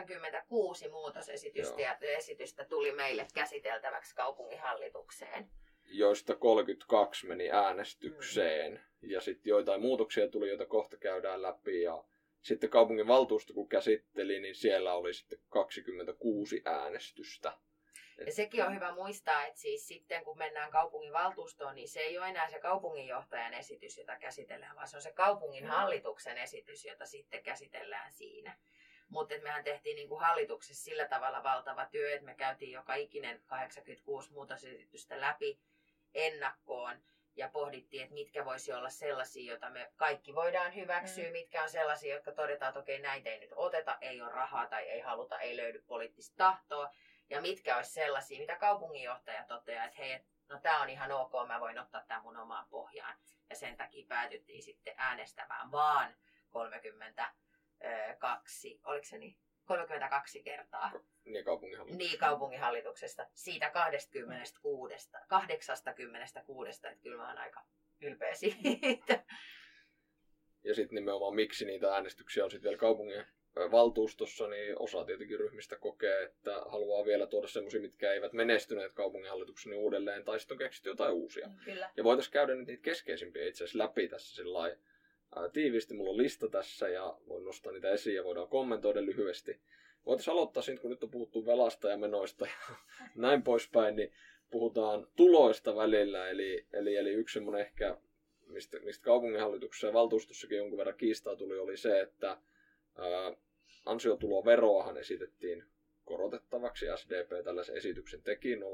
86 muutosesitystä ja esitystä tuli meille käsiteltäväksi kaupunginhallitukseen. Joista 32 meni äänestykseen. Ja sitten joitain muutoksia tuli, joita kohta käydään läpi. Ja sitten kaupungin valtuusto kun käsitteli, niin siellä oli sitten 26 äänestystä. Ja sekin on hyvä muistaa, että siis sitten kun mennään kaupungin valtuustoon, niin se ei ole enää se kaupunginjohtajan esitys, jota käsitellään, vaan se on se kaupungin hallituksen esitys, jota sitten käsitellään siinä. Mutta mehän tehtiin niin kuin hallituksessa sillä tavalla valtava työ, että me käytiin joka ikinen 86 muutosesitystä läpi ennakkoon ja pohdittiin, että mitkä voisi olla sellaisia, joita me kaikki voidaan hyväksyä, mitkä on sellaisia, jotka todetaan, että okei, näitä ei nyt oteta, ei ole rahaa tai ei haluta, ei löydy poliittista tahtoa. Ja mitkä olisi sellaisia, mitä kaupunginjohtaja toteaa, että hei, no tämä on ihan ok, mä voin ottaa tämän mun omaan pohjaan. Ja sen takia päätyttiin sitten äänestämään vaan 32, oliko se niin? 32 kertaa. Niin kaupunginhallituksesta. Niin kaupunginhallituksesta. Siitä 86, että kyllä mä oon aika ylpeä siitä. Ja sitten nimenomaan miksi niitä äänestyksiä on sitten vielä kaupungin valtuustossa, niin osa tietenkin ryhmistä kokee, että haluaa vielä tuoda semmoisia, mitkä eivät menestyneet kaupunginhallituksessa niin uudelleen, tai sitten on keksitty jotain uusia. Kyllä. Ja voitaisiin käydä nyt niitä keskeisimpiä itse asiassa läpi tässä sillai tiiviisti. Mulla on lista tässä ja voin nostaa niitä esiin ja voidaan kommentoida lyhyesti. Voitaisiin aloittaa siitä, kun nyt on puhuttu velasta ja menoista ja näin poispäin, niin puhutaan tuloista välillä. Eli yksi semmoinen ehkä, mistä kaupunginhallituksessa ja valtuustossakin jonkun verran kiistaa tuli, oli se, että ansiotuloveroahan esitettiin korotettavaksi. SDP tällaisen esityksen teki 0,25,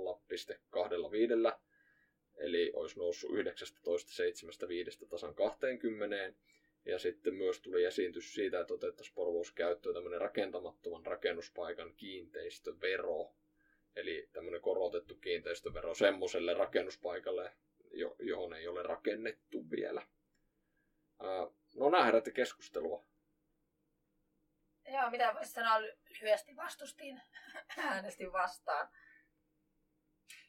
eli olisi noussut 19,75 tasan 20. Ja sitten myös tuli esiintys siitä, että otettaisiin Porvoossa käyttöön tämmöinen rakentamattoman rakennuspaikan kiinteistövero. Eli tämmöinen korotettu kiinteistövero semmoiselle rakennuspaikalle, johon ei ole rakennettu vielä. No nämä herätti keskustelua. Joo, mitä voisi sanoa lyhyesti, vastustin, äänestin vastaan.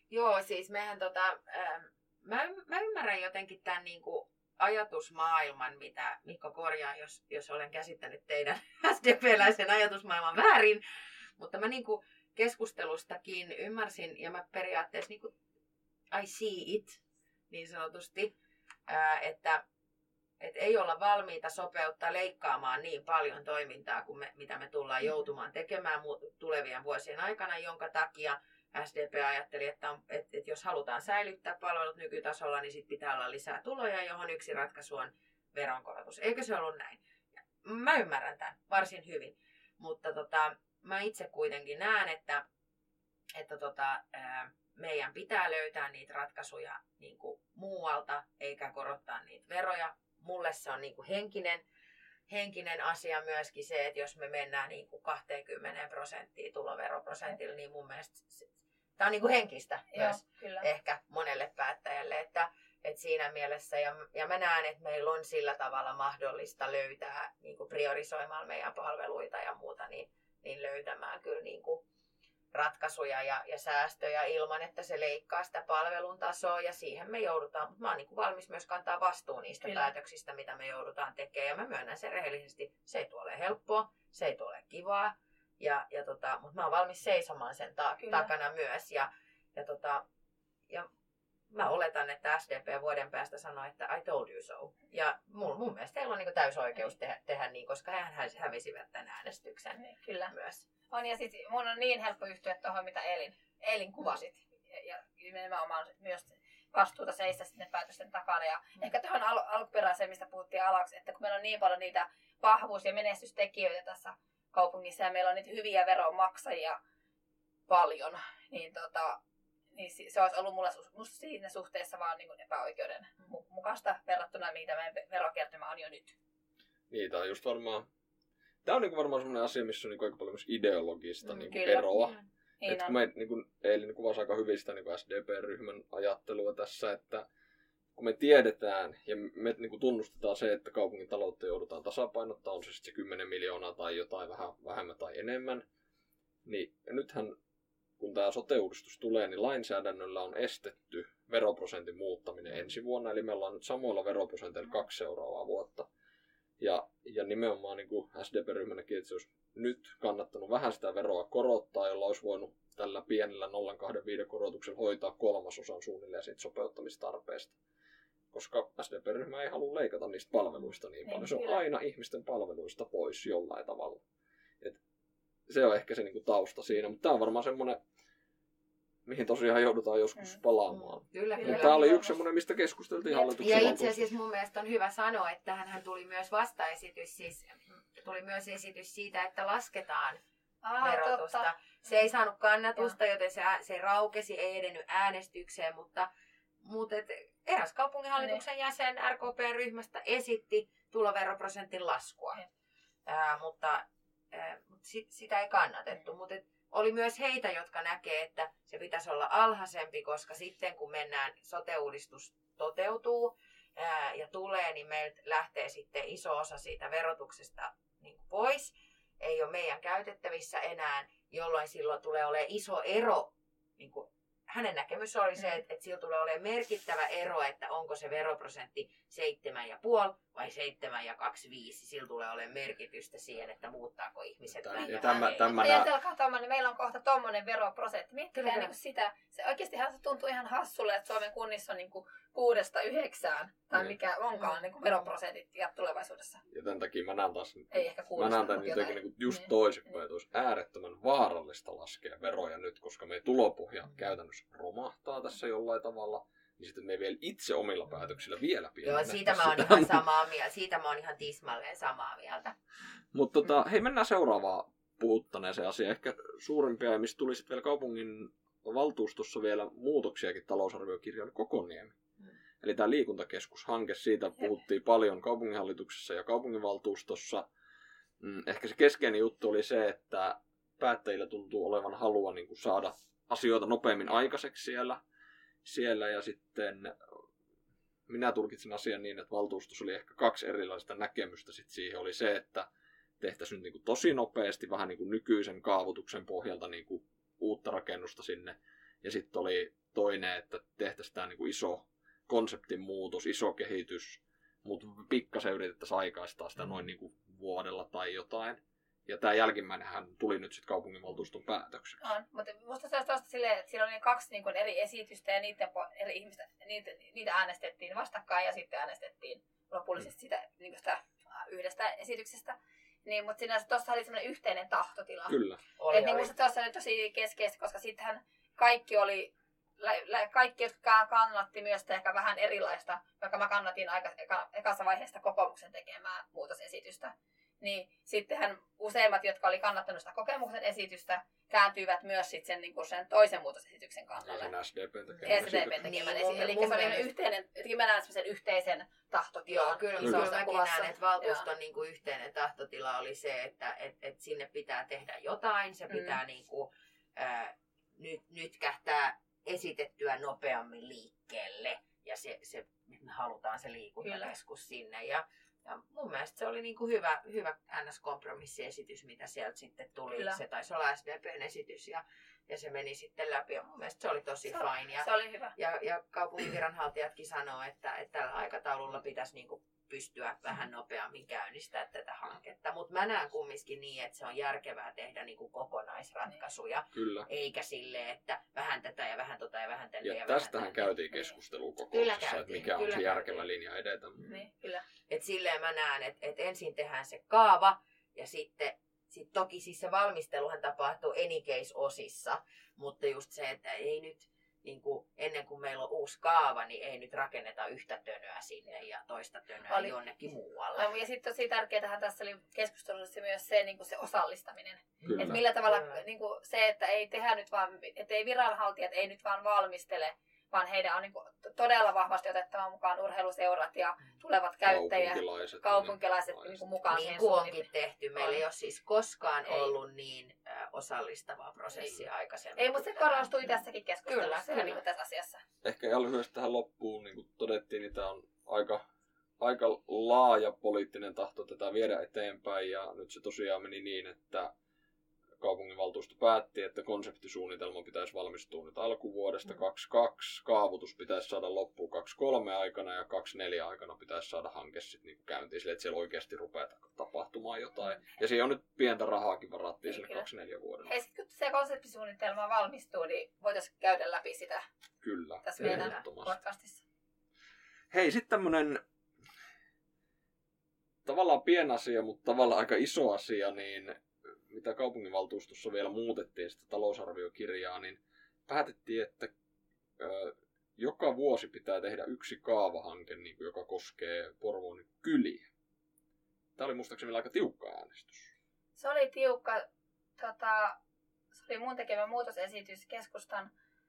Joo, siis mehän mä ymmärrän jotenkin tämän niinku ajatusmaailman, mitä Mikko korjaa, jos olen käsittänyt teidän SDP-läisen ajatusmaailman väärin. Mutta mä niinku keskustelustakin ymmärsin ja mä periaatteessa niinku I see it niin sanotusti, että ei olla valmiita sopeuttaa leikkaamaan niin paljon toimintaa kuin mitä me tullaan joutumaan tekemään tulevien vuosien aikana, jonka takia SDP ajatteli, että jos halutaan säilyttää palvelut nykytasolla, niin sit pitää olla lisää tuloja, johon yksi ratkaisu on veronkorotus. Eikö se ollut näin? Mä ymmärrän tämän varsin hyvin, mutta mä itse kuitenkin näen, että meidän pitää löytää niitä ratkaisuja niin kuin muualta, eikä korottaa niitä veroja. Mulle se on niin kuin henkinen asia myöskin se, että jos me mennään niin kuin 20% tuloveroprosentilla, niin mun mielestä tämä on niin kuin henkistä myös kyllä. Ehkä monelle päättäjälle, että siinä mielessä, ja mä näen, että meillä on sillä tavalla mahdollista löytää niin kuin priorisoimaan meidän palveluita ja muuta, niin löytämään kyllä niin kuin ratkaisuja ja säästöjä ilman, että se leikkaa sitä palvelun tasoa, ja siihen me joudutaan, mutta mä oon niin kuin valmis myös kantaa vastuun niistä päätöksistä, mitä me joudutaan tekemään, ja mä myönnän sen rehellisesti, se ei tule ole helppoa, se ei tule ole kivaa, mutta mä oon valmis seisomaan sen takana myös, ja mä oletan, että SDP vuoden päästä sanoo, että I told you so. Ja mun mielestä teillä on niin kuin täysoikeus tehdä niin, koska hän hävisivät tämän äänestyksen Kyllä. myös. On, ja sitten mun on niin helppo yhtyä tuohon, mitä Elin kuvasit. Ja nimenomaan myös vastuuta seistä sinne päätösten takana. Ja ehkä tuohon alkuperäiseen, mistä puhuttiin alaksi, että kun meillä on niin paljon niitä vahvuus- ja menestystekijöitä tässä kaupungissa, ja meillä on niitä hyviä veronmaksajia paljon, niin se olisi ollut mulle siinä suhteessa vaan niin kuin epäoikeudenmukaista verrattuna, mitä meidän verokertymä on jo nyt. Niin, tämä on just varmaan... Tämä on niin varmaan sellainen asia, missä on niin aika paljon myös ideologista niin eroa. Niin kun me eilen kuvasi aika hyvin sitä niin SDP-ryhmän ajattelua tässä, että kun me tiedetään ja me niin tunnustetaan se, että kaupungin taloutta joudutaan tasapainottaa, on se sitten se 10 miljoonaa tai jotain vähän vähemmän tai enemmän, niin nythän kun tämä sote-uudistus tulee, niin lainsäädännöllä on estetty veroprosentin muuttaminen ensi vuonna, eli me ollaan nyt samoilla veroprosenteilla 2 seuraavaa vuotta. Ja nimenomaan niin kuin SDP-ryhmänäkin, että se olisi nyt kannattanut vähän sitä veroa korottaa, jolla olisi voinut tällä pienellä 0,25 korotuksella hoitaa 1/3 suunnilleen siitä sopeuttamistarpeesta. Koska SDP-ryhmä ei halua leikata niistä palveluista niin paljon. Se on aina ihmisten palveluista pois jollain tavalla. Et se on ehkä se niin kuin tausta siinä, mutta tämä on varmaan semmoinen, mihin tosiaan joudutaan joskus palaamaan. Kyllä. Tämä oli yksi semmoinen, mistä keskusteltiin hallituksen. Ja itse asiassa mun mielestä on hyvä sanoa, että tähän tuli myös vastaesitys, siis tuli myös esitys siitä, että lasketaan verotusta. Totta. Se ei saanut kannatusta, joten se raukesi, ei edennyt äänestykseen, mutta eräs kaupunginhallituksen jäsen RKP-ryhmästä esitti tuloveroprosentin laskua, mutta sitä ei kannatettu. Mutta oli myös heitä, jotka näkee, että se pitäisi olla alhaisempi, koska sitten kun sote-uudistus toteutuu ja tulee, niin meiltä lähtee sitten iso osa siitä verotuksesta niin kuin pois. Ei ole meidän käytettävissä enää, jolloin silloin tulee olemaan iso ero. Niin kuin hänen näkemys oli se, että sillä tulee olemaan merkittävä ero, että onko se veroprosentti 7,5 vai 7,25. Sillä tulee olemaan merkitystä siihen, että muuttaako ihmiset. Meillä on kohta tommonen veroprosentti. Miettikää niin sitä. Se oikeastihan se tuntuu ihan hassulle, että Suomen kunnissa on niin 6-9 tai mikä onkaan niin veroprosentit ja tulevaisuudessa. Ja tämän takia mä näen taas niin just toisinpäin, että olisi äärettömän vaarallista laskea veroja nyt, koska meidän tulopohja käytännössä romahtaa tässä jollain tavalla. Niin sitten me ei vielä itse omilla päätöksillä vielä Joo, siitä mä oon ihan samaa mieltä. Siitä mä oon ihan tismalleen samaa mieltä. Mutta hei, mennään seuraavaan puhuttaneeseen asiaan. Ehkä suurimpia, mistä tuli sitten vielä kaupungin valtuustossa vielä muutoksiakin talousarviokirjaan, oli Kokoniemi. Eli tämä liikuntakeskushanke, siitä puhuttiin paljon kaupunginhallituksessa ja kaupunginvaltuustossa. Ehkä se keskeinen juttu oli se, että päättäjillä tuntuu olevan halua niin kuin saada asioita nopeammin aikaiseksi siellä ja sitten minä tulkitsin asian niin, että valtuustossa oli ehkä 2 erilaista näkemystä siihen. Oli se, että tehtäisiin nyt niin kuin tosi nopeasti vähän niin kuin nykyisen kaavoituksen pohjalta niin kuin uutta rakennusta sinne. Ja sitten oli toinen, että tehtäisiin tämä niin iso konseptin muutos, iso kehitys, mutta pikkasen yritettäisiin aikaistaa sitä noin niin kuin vuodella tai jotain. Ja tämä jälkimmäinenhän tuli nyt sitten kaupunginvaltuuston päätökseksi. On, mutta musta se olisi tosta silleen, että siellä oli 2 niin kuin eri esitystä ja niiden eri ihmistä, niitä äänestettiin vastakkain ja sitten äänestettiin lopullisesti sitä yhdestä esityksestä. Niin, mutta siinä tuossa oli semmoinen yhteinen tahtotila. Kyllä. Niin musta tuossa oli tosi keskeistä, koska sittenhän kaikki, jotka kannatti myös ehkä vähän erilaista, vaikka mä kannatin ekassa vaiheessa kokoomuksen tekemää muutosesitystä. Niin sittenhän useimmat, jotka oli kannattanut sitä kokemuksen esitystä, kääntyivät myös sen, niin kuin sen toisen muutosesityksen kannalle. Sen SDPn tekemän esityksen. Eli se oli yhteinen, mä näen semmoisen yhteisen tahtotilan. Joo, kyllä mäkin näen, että valtuuston niin kuin yhteinen tahtotila oli se, että sinne pitää tehdä jotain, se pitää niin kuin, nyt kähtää esitettyä nopeammin liikkeelle. Ja me halutaan se liikuntakeskus sinne. Ja mun mielestä se oli niin kuin hyvä NS-kompromissiesitys, mitä sieltä sitten tuli. Kyllä. Se taisi olla SDPn esitys ja se meni sitten läpi. Ja mun mielestä se oli tosi fine. Se oli hyvä. Ja kaupungin viranhaltijatkin sanoo, että tällä aikataululla pitäisi niin kuin pystyä vähän nopeammin käynnistää tätä hanketta. Mutta mä näen kumminkin niin, että se on järkevää tehdä niin kuin kokonaisratkaisuja. Kyllä. Eikä silleen, että vähän tätä ja vähän tota ja vähän tälle. Ja tästähän käytiin keskustelua kokouksessa, että mikä on se järkevä linja edetä. Niin, kyllä. Et silleen mä näen, että ensin tehdään se kaava ja sitten toki siis se valmisteluhan tapahtuu any case -osissa, mutta just se, että ei nyt niin kuin ennen kuin meillä on uusi kaava, niin ei nyt rakenneta yhtä tönöä sinne ja toista tönöä jonnekin muualle. Ja sitten tosi tärkeää tässä oli keskustelussa myös se, niin kuin se osallistaminen. Kyllä. Et millä tavalla niin kuin se, että ei tehdä nyt vaan, että ei viranhaltijat ei nyt vaan valmistele, vaan heidän on niin kuin todella vahvasti otettava mukaan urheiluseurat ja tulevat käyttäjät, kaupunkilaiset niin kuin mukaan niin kuin onkin tehty. Meillä ei ole siis koskaan ollut niin osallistavaa prosessia aikaisemmin. Ei, mutta se korostui tässäkin keskustelussa kyllä. Niin kuin tässä asiassa. Ehkä ihan lyhyesti tähän loppuun, niin kuin todettiin, niin tämä on aika laaja poliittinen tahto tätä viedä eteenpäin. Ja nyt se tosiaan meni niin, että kaupunginvaltuusto päätti, että konseptisuunnitelma pitäisi valmistua nyt alkuvuodesta 2022, kaavoitus pitäisi saada loppuun 2023 aikana ja 2024 aikana pitäisi saada hanke sitten niin käyntiin sille, että siellä oikeasti rupeaa tapahtumaan jotain. Ja siihen on nyt pientä rahaakin varattiin sille 2024 vuodelle. Hei, sitten kun se konseptisuunnitelma valmistuu, niin voitaisiin käydä läpi sitä kyllä, tässä meidän podcastissa. Hei, sitten tämmöinen tavallaan pieni asia, mutta tavallaan aika iso asia, niin mitä kaupunginvaltuustossa vielä muutettiin sitä talousarviokirjaa, niin päätettiin, että joka vuosi pitää tehdä yksi kaavahanke, niin kuin, joka koskee Porvoon kyliä. Tämä oli muistaakseni aika tiukka äänestys. Se oli tiukka. Se oli mun tekemä muutosesitys keskustan.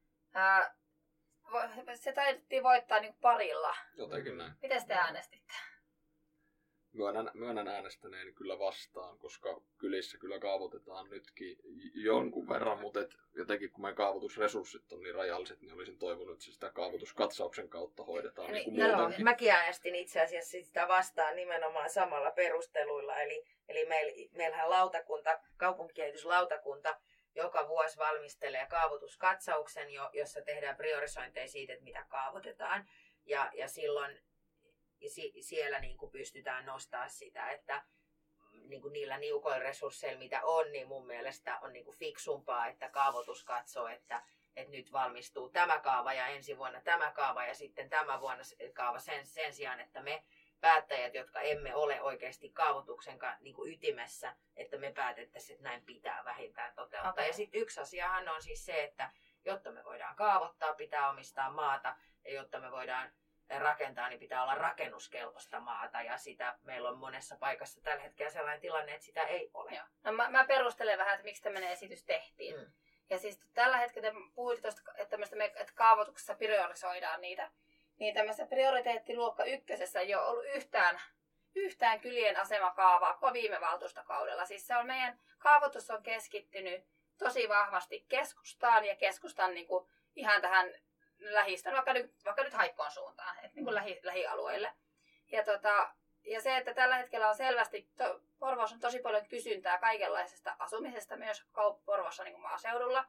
Se taidettiin voittaa niin parilla. Jotenkin näin. Miten te äänestitte? Myönnän äänestäneeni kyllä vastaan, koska kylissä kyllä kaavoitetaan nytkin jonkun verran, mutta jotenkin kun meidän kaavoitusresurssit on niin rajalliset, niin olisin toivonut, että se sitä kaavoituskatsauksen kautta hoidetaan niin kuin muutenkin. Mäkin äänestin itse asiassa sitä vastaan nimenomaan samalla perusteluilla, eli meillähän kaupunkikehityslautakunta joka vuosi valmistelee kaavoituskatsauksen, jossa tehdään priorisointeja siitä, että mitä kaavoitetaan, ja silloin siellä niin kuin pystytään nostamaan sitä, että niin kuin niillä niukoilla resursseilla, mitä on, niin mun mielestä on niin kuin fiksumpaa, että kaavoitus katsoo, että nyt valmistuu tämä kaava ja ensi vuonna tämä kaava ja sitten tämä vuonna kaava sen sijaan, että me päättäjät, jotka emme ole oikeasti kaavoituksen niin kuin ytimessä, että me päätettäisiin, että näin pitää vähintään toteuttaa. Okay. Ja sitten yksi asiahan on siis se, että jotta me voidaan kaavoittaa, pitää omistaa maata ja jotta me voidaan rakentaa, niin pitää olla rakennuskelpoista maata ja sitä meillä on monessa paikassa tällä hetkellä sellainen tilanne, että sitä ei ole. Joo. No mä perustelen vähän, että miksi tämmöinen esitys tehtiin. Ja siis tällä hetkellä te puhuitte tuosta, että kaavoituksessa priorisoidaan niitä. Niin tämmöisessä prioriteettiluokka ykkösessä ei ole ollut yhtään kylien asemakaavaa koko viime valtuustokaudella. Siis se on meidän kaavoitus on keskittynyt tosi vahvasti keskustaan ja keskustan niin kuin ihan tähän lähistön, vaikka nyt Haikkoon suuntaan, että niin kuin lähialueille. Ja se, että tällä hetkellä on selvästi, Porvoossa on tosi paljon kysyntää kaikenlaisesta asumisesta, myös Porvoossa niin kuin maaseudulla.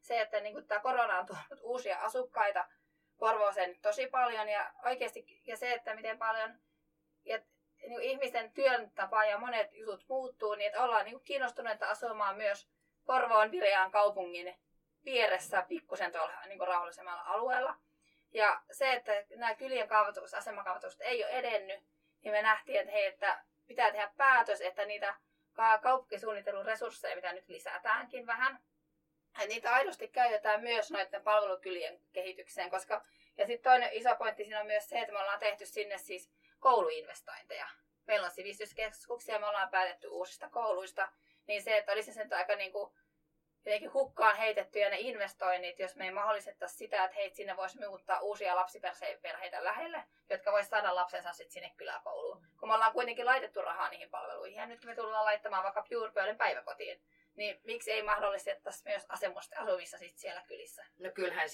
se, että niin kuin tämä korona on tuonut uusia asukkaita Porvooseen tosi paljon ja oikeasti, ja se, että miten paljon ja niin ihmisten työn tapa ja monet jutut muuttuu, niin että ollaan niin kiinnostuneita asumaan myös Porvoon Virean kaupungin vieressä pikkusen tuolla niin rauhallisemmalla alueella. Ja se, että nämä kylien asemakaavoitukset ei ole edennyt, niin me nähtiin, että, että pitää tehdä päätös, että niitä kaupunkisuunnittelun resursseja, mitä nyt lisätäänkin vähän, että niitä aidosti käytetään myös noiden palvelukylien kehitykseen. Ja sitten toinen iso pointti siinä on myös se, että me ollaan tehty sinne siis kouluinvestointeja. Meillä on sivistyskeskuksia, me ollaan päätetty uusista kouluista, niin se, että olisi sen aika niin kuin jotenkin hukkaan heitettyjä ne investoinnit, jos me ei mahdollistettaisi sitä, että heitä sinne voisi muuttaa uusia lapsiperheitä lähelle, jotka voisi saada lapsensa sitten sinne kyläkouluun. Kun me ollaan kuitenkin laitettu rahaa niihin palveluihin ja nyt me tullaan laittamaan vaikka Bjurpölen päiväkotiin, niin miksi ei mahdollistettaisi myös asumista sitten siellä kylissä? No kyllähän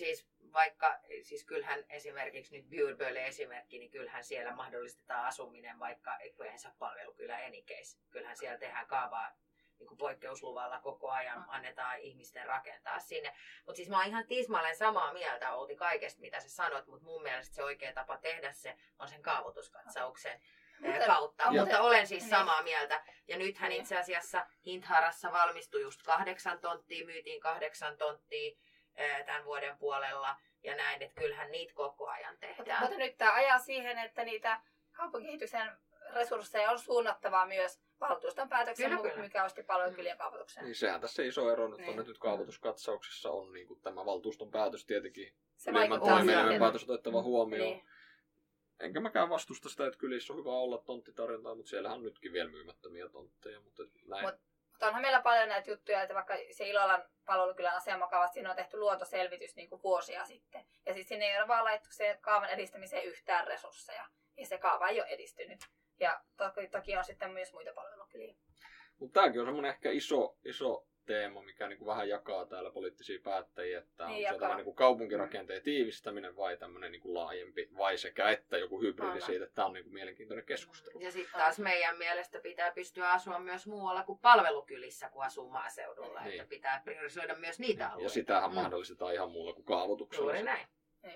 kyllähän esimerkiksi nyt Bjurpölen esimerkki, niin kyllähän siellä mahdollistetaan asuminen vaikka yleensä palvelukylä Enikeis. Kyllähän siellä tehdään kaavaa niin poikkeusluvalla koko ajan, annetaan ihmisten rakentaa sinne. Mutta siis mä oon ihan tismalleen samaa mieltä, Outi, kaikesta mitä sä sanot, mutta mun mielestä se oikea tapa tehdä se on sen kaavoituskatsauksen kautta. Mutta olen siis samaa mieltä. Ja nythän itse asiassa Hintharassa valmistui just 8 tonttia, myytiin 8 tonttia tämän vuoden puolella ja näin, että kyllähän niitä koko ajan tehdään. Mutta nyt tämä ajaa siihen, että niitä kaupunkikehityksen resursseja on suunnattavaa myös valtuuston päätöksen, mikä osti palvelukylien kaavoitukseen. Niin sehän tässä iso ero nyt on, että nyt kaavoituskatsauksessa on niin kuin tämä valtuuston päätös tietenkin ylimmän toimielimen päätös otettava huomioon. Niin. Enkä mäkään vastusta sitä, että kylissä on hyvä olla tonttitarjontaa, mutta siellähän on nytkin vielä myymättömiä tontteja. Mutta onhan meillä paljon näitä juttuja, että vaikka se Ilolan palvelukylän asemakaavat, siinä on tehty luontoselvitys niin kuin vuosia sitten. Ja sitten sinne ei ole vaan laittu se kaavan edistämiseen yhtään resursseja. Ja se kaava ei ole edistynyt. Ja toki on sitten myös muita palvelukyliä. Mutta tämäkin on semmoinen ehkä iso teema, mikä niinku vähän jakaa täällä poliittisia päättäjiä, että on se tämä niinku kaupunkirakenteen tiivistäminen vai tämmöinen niinku laajempi, vai sekä että joku hybridi siitä, että tämä on niinku mielenkiintoinen keskustelu. Ja sitten taas meidän mielestä pitää pystyä asua myös muualla kuin palvelukylissä, kun asuu maaseudulla, niin. Että pitää priorisoida myös niitä alueita. Ja sitähän mahdollistetaan ihan muulla kuin kaavoituksella. Juuri näin.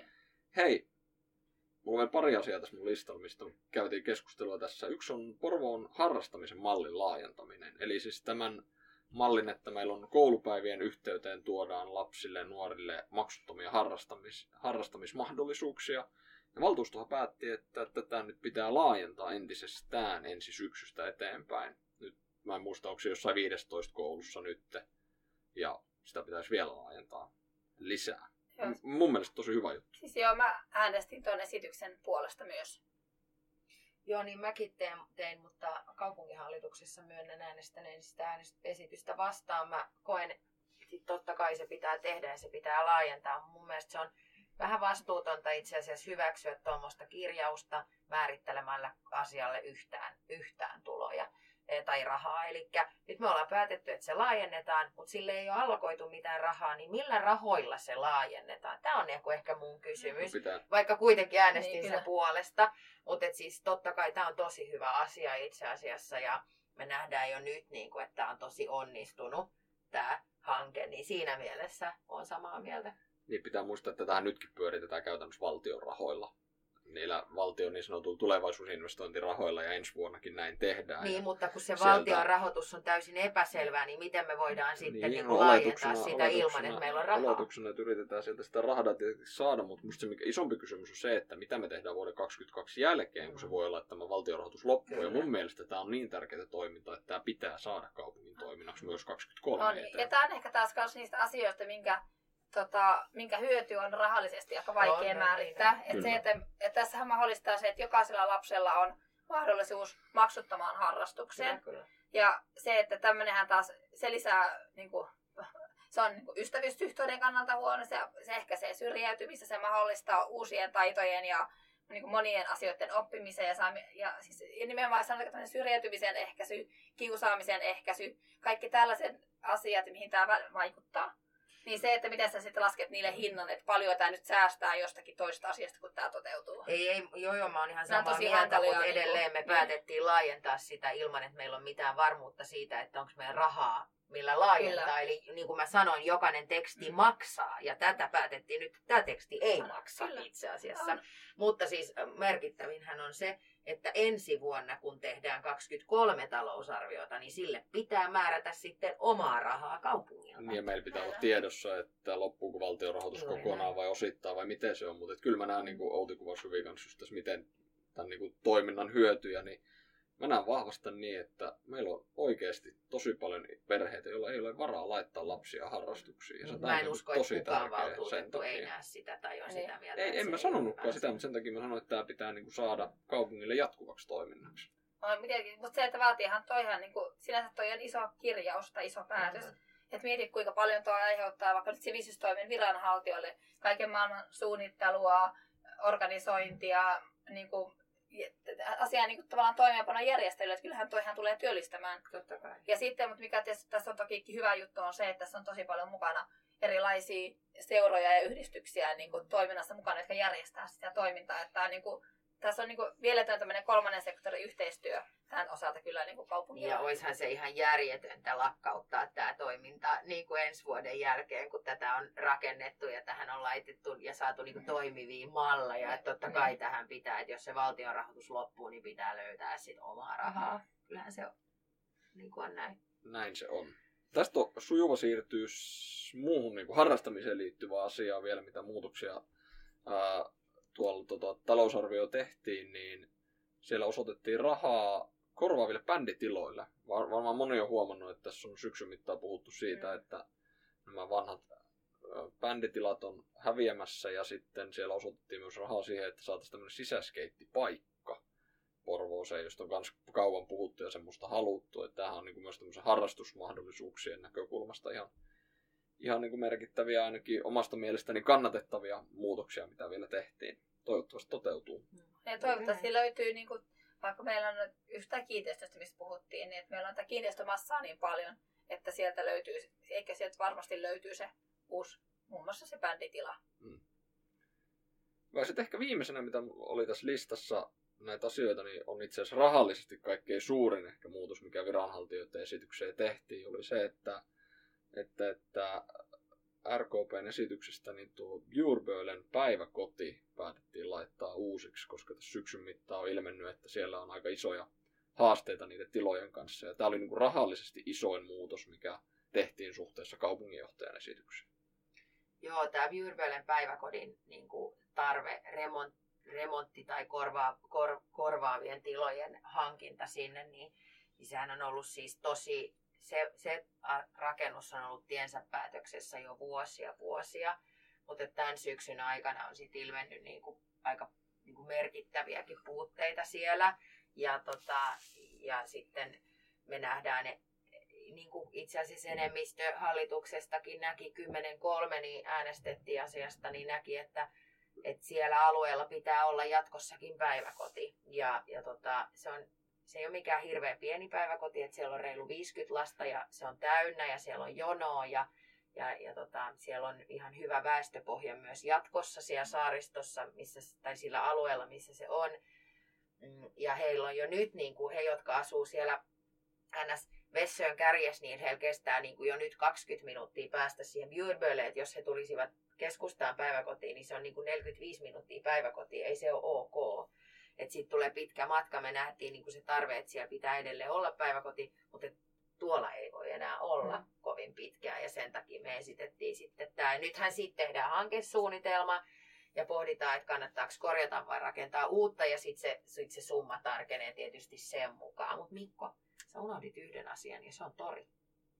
Hei! Mulla on pari asiaa tässä mun listalla, mistä käytiin keskustelua tässä. Yksi on Porvoon harrastamisen mallin laajentaminen. Eli siis tämän mallin, että meillä on koulupäivien yhteyteen tuodaan lapsille ja nuorille maksuttomia harrastamismahdollisuuksia. Ja valtuustohan päätti, että tätä nyt pitää laajentaa entisestään ensi syksystä eteenpäin. Nyt mä en muista, onko se jossain 15 koulussa nyt. Ja sitä pitäisi vielä laajentaa lisää. Mun mielestä tosi hyvä juttu. Siis joo, mä äänestin tuon esityksen puolesta myös. Joo, niin mäkin tein, mutta kaupunginhallituksessa myönnän äänestäneen sitä esitystä vastaan. Mä koen, että totta kai se pitää tehdä ja se pitää laajentaa. Mun mielestä se on vähän vastuutonta itse asiassa hyväksyä tuommoista kirjausta määrittelemällä asialle yhtään tuloja tai rahaa. Eli nyt me ollaan päätetty, että se laajennetaan, mutta sille ei ole allokoitu mitään rahaa, niin millä rahoilla se laajennetaan? Tämä on ehkä mun kysymys, vaikka kuitenkin äänestin sen puolesta. Mutta siis totta kai tämä on tosi hyvä asia itse asiassa ja me nähdään jo nyt, että tämä on tosi onnistunut tämä hanke, niin siinä mielessä on samaa mieltä. Niin pitää muistaa, että tähän nytkin pyöritetään käytännössä valtion rahoilla. Niillä valtion niin sanotulla tulevaisuusinvestointirahoilla ja ensi vuonnakin näin tehdään. Niin, mutta kun se valtion rahoitus on täysin epäselvää, niin miten me voidaan sitten laajentaa sitä ilman, että meillä on rahaa? Oletuksena, että yritetään sieltä sitä rahaa tietysti saada, mutta minusta se isompi kysymys on se, että mitä me tehdään vuoden 2022 jälkeen, kun se voi olla, että tämä valtion rahoitus loppuu. Ja mun mielestä tämä on niin tärkeää toimintaa, että tämä pitää saada kaupungin toiminnaksi myös 2023 eteen. Ja tämä on ehkä taas niistä asioista, minkä hyöty on rahallisesti aika vaikea määrittää. Että tässähän mahdollistaa se, että jokaisella lapsella on mahdollisuus maksuttomaan harrastukseen. Kyllä. Ja se, että tämmönenhän taas, se lisää, se on ystävyystyhtöiden kannalta huono, se ehkäisee syrjäytymistä, se mahdollistaa uusien taitojen ja monien asioiden oppimisen ja nimenomaan sanotaan syrjäytymisen ehkäisy, kiusaamisen ehkäisy, kaikki tällaiset asiat, mihin tämä vaikuttaa. Niin se, että miten sä sitten lasket niille hinnan, että paljon tämä nyt säästää jostakin toista asiasta, kun tämä toteutuu. Joo, mä oon ihan samaa mieltä, mutta edelleen me päätettiin laajentaa sitä ilman, että meillä on mitään varmuutta siitä, että onko meidän rahaa millä laajentaa. Kyllä. Eli niin kuin mä sanoin, jokainen teksti maksaa. Ja tätä päätettiin nyt, että tämä teksti ei maksa Kyllä. itse asiassa. On. Mutta siis merkittävinhän on se, että ensi vuonna, kun tehdään 23 talousarviota, niin sille pitää määrätä sitten omaa rahaa kaupungilta. Niin, ja meillä pitää olla tiedossa, että loppuuko valtion rahoitus Juuri kokonaan näin. vai osittain vai miten se on. Mutta kyllä mä näen, niin kuin Outi kuvasi hyvin kanssa just tässä, miten tämän niin kuin toiminnan hyötyjä, niin mä näen vahvasti niin, että meillä on oikeasti tosi paljon perheitä, joilla ei ole varaa laittaa lapsia harrastuksiin. Ja se Mä en on usko, tosi että kukaan tärkeä sen valtuutettu ei takia. näe sitä tai on Niin. sitä mieltä. Ei, että en se mä ei sanonutkaan pääse. sitä, mutta sen takia mä sanoin, että tämä pitää niin kuin saada kaupungille jatkuvaksi toiminnaksi. Mutta se, että vaatiihan toihan, niin kuin, sinänsä toi on iso kirjaus tai iso päätös. Että mieti, kuinka paljon tuo aiheuttaa vaikka nyt sivistystoimen viranhaltijoille kaiken maailman suunnittelua, organisointia, niin kuin, asiaa niin kuin, tavallaan toimeenpanon järjestelyä. Että kyllähän toihan tulee työllistämään. Totta kai. Ja sitten, mutta mikä tässä on toki hyvä juttu on se, että tässä on tosi paljon mukana erilaisia seuroja ja yhdistyksiä niin kuin, toiminnassa mukana, jotka järjestää sitä toimintaa. Että niin kuin, tässä on niin kuin, vielä tämmöinen kolmannen sektorin yhteistyö tämän osalta kyllä niin kuin kaupungilla. Ja oishan se ihan järjetöntä lakkauttaa tämä toiminta niin kuin ensi vuoden jälkeen, kun tätä on rakennettu ja tähän on laitettu ja saatu niin kuin toimivia malleja. Että totta kai tähän pitää, että jos se valtion rahoitus loppuu, niin pitää löytää sit omaa rahaa. Kyllähän se on, niin kuin on näin. Näin se on. Tästä on sujuva siirtyy muuhun niin kuin harrastamiseen liittyvää asiaa vielä, mitä muutoksia tuolla talousarvio tehtiin, niin siellä osoitettiin rahaa korvaaville bänditiloille. Varmaan moni on huomannut, että tässä on syksyn mittaan puhuttu siitä, että nämä vanhat bänditilat on häviämässä ja sitten siellä osoitettiin myös rahaa siihen, että saataisiin tämmöinen sisäskeittipaikka Porvooseen, josta on myös kauan puhuttu ja semmoista haluttu. Että tämähän on niin kuin myös tämmöisen harrastusmahdollisuuksien näkökulmasta ihan niin kuin merkittäviä, ainakin omasta mielestäni kannatettavia muutoksia, mitä vielä tehtiin. Toivottavasti toteutuu. Ja toivottavasti löytyy, niin kuin, vaikka meillä on yhtä kiinteistöstä, mistä puhuttiin, niin että meillä on tätä kiinteistömassaa niin paljon, että sieltä löytyy, eikä sieltä varmasti löytyy se uusi, muun muassa se bänditila. Vai sitten ehkä viimeisenä, mitä oli tässä listassa näitä asioita, niin on itse asiassa rahallisesti kaikkein suurin ehkä muutos, mikä viranhaltijoiden esitykseen tehtiin, oli se, että RKPn esityksestä niin tuo Bjurbölen päiväkoti päätettiin laittaa uusiksi, koska tässä syksyn mittaan on ilmennyt, että siellä on aika isoja haasteita niiden tilojen kanssa. Ja tämä oli niin kuin rahallisesti isoin muutos, mikä tehtiin suhteessa kaupunginjohtajan esitykseen. Joo, tämä Bjurbölen päiväkodin niin kuin tarve, remontti tai korvaavien tilojen hankinta sinne, niin sehän on ollut siis tosi, se rakennus on ollut tiensä päätöksessä jo vuosia, mutta tämän syksyn aikana on sitten ilmennyt niin kuin aika niin kuin merkittäviäkin puutteita siellä. Ja sitten me nähdään, niin kuin itse asiassa enemmistö hallituksestakin näki 10.3, niin äänestettiin asiasta, niin näki, että siellä alueella pitää olla jatkossakin päiväkoti. Se ei ole mikään hirveän pieni päiväkoti, että siellä on reilu 50 lasta ja se on täynnä ja siellä on jonoa ja siellä on ihan hyvä väestöpohja myös jatkossa siellä saaristossa tai sillä alueella, missä se on. Ja heillä on jo nyt, niin kuin he, jotka asuu siellä Vessöön kärjessä, niin heillä kestää niin kuin jo nyt 20 minuuttia päästä siihen Bjurbölle, että jos he tulisivat keskustaan päiväkotiin, niin se on niin kuin 45 minuuttia päiväkotiin, ei se ole ok. Että siitä tulee pitkä matka, me nähtiin niin kuin se tarve, että siellä pitää edelleen olla päiväkoti, mutta tuolla ei voi enää olla kovin pitkään ja sen takia me esitettiin sitten tämä. Nythän siitä tehdään hankesuunnitelma ja pohditaan, että kannattaako korjata vai rakentaa uutta ja sitten se summa tarkenee tietysti sen mukaan. Mutta Mikko, sä unohdit yhden asian ja se on tori.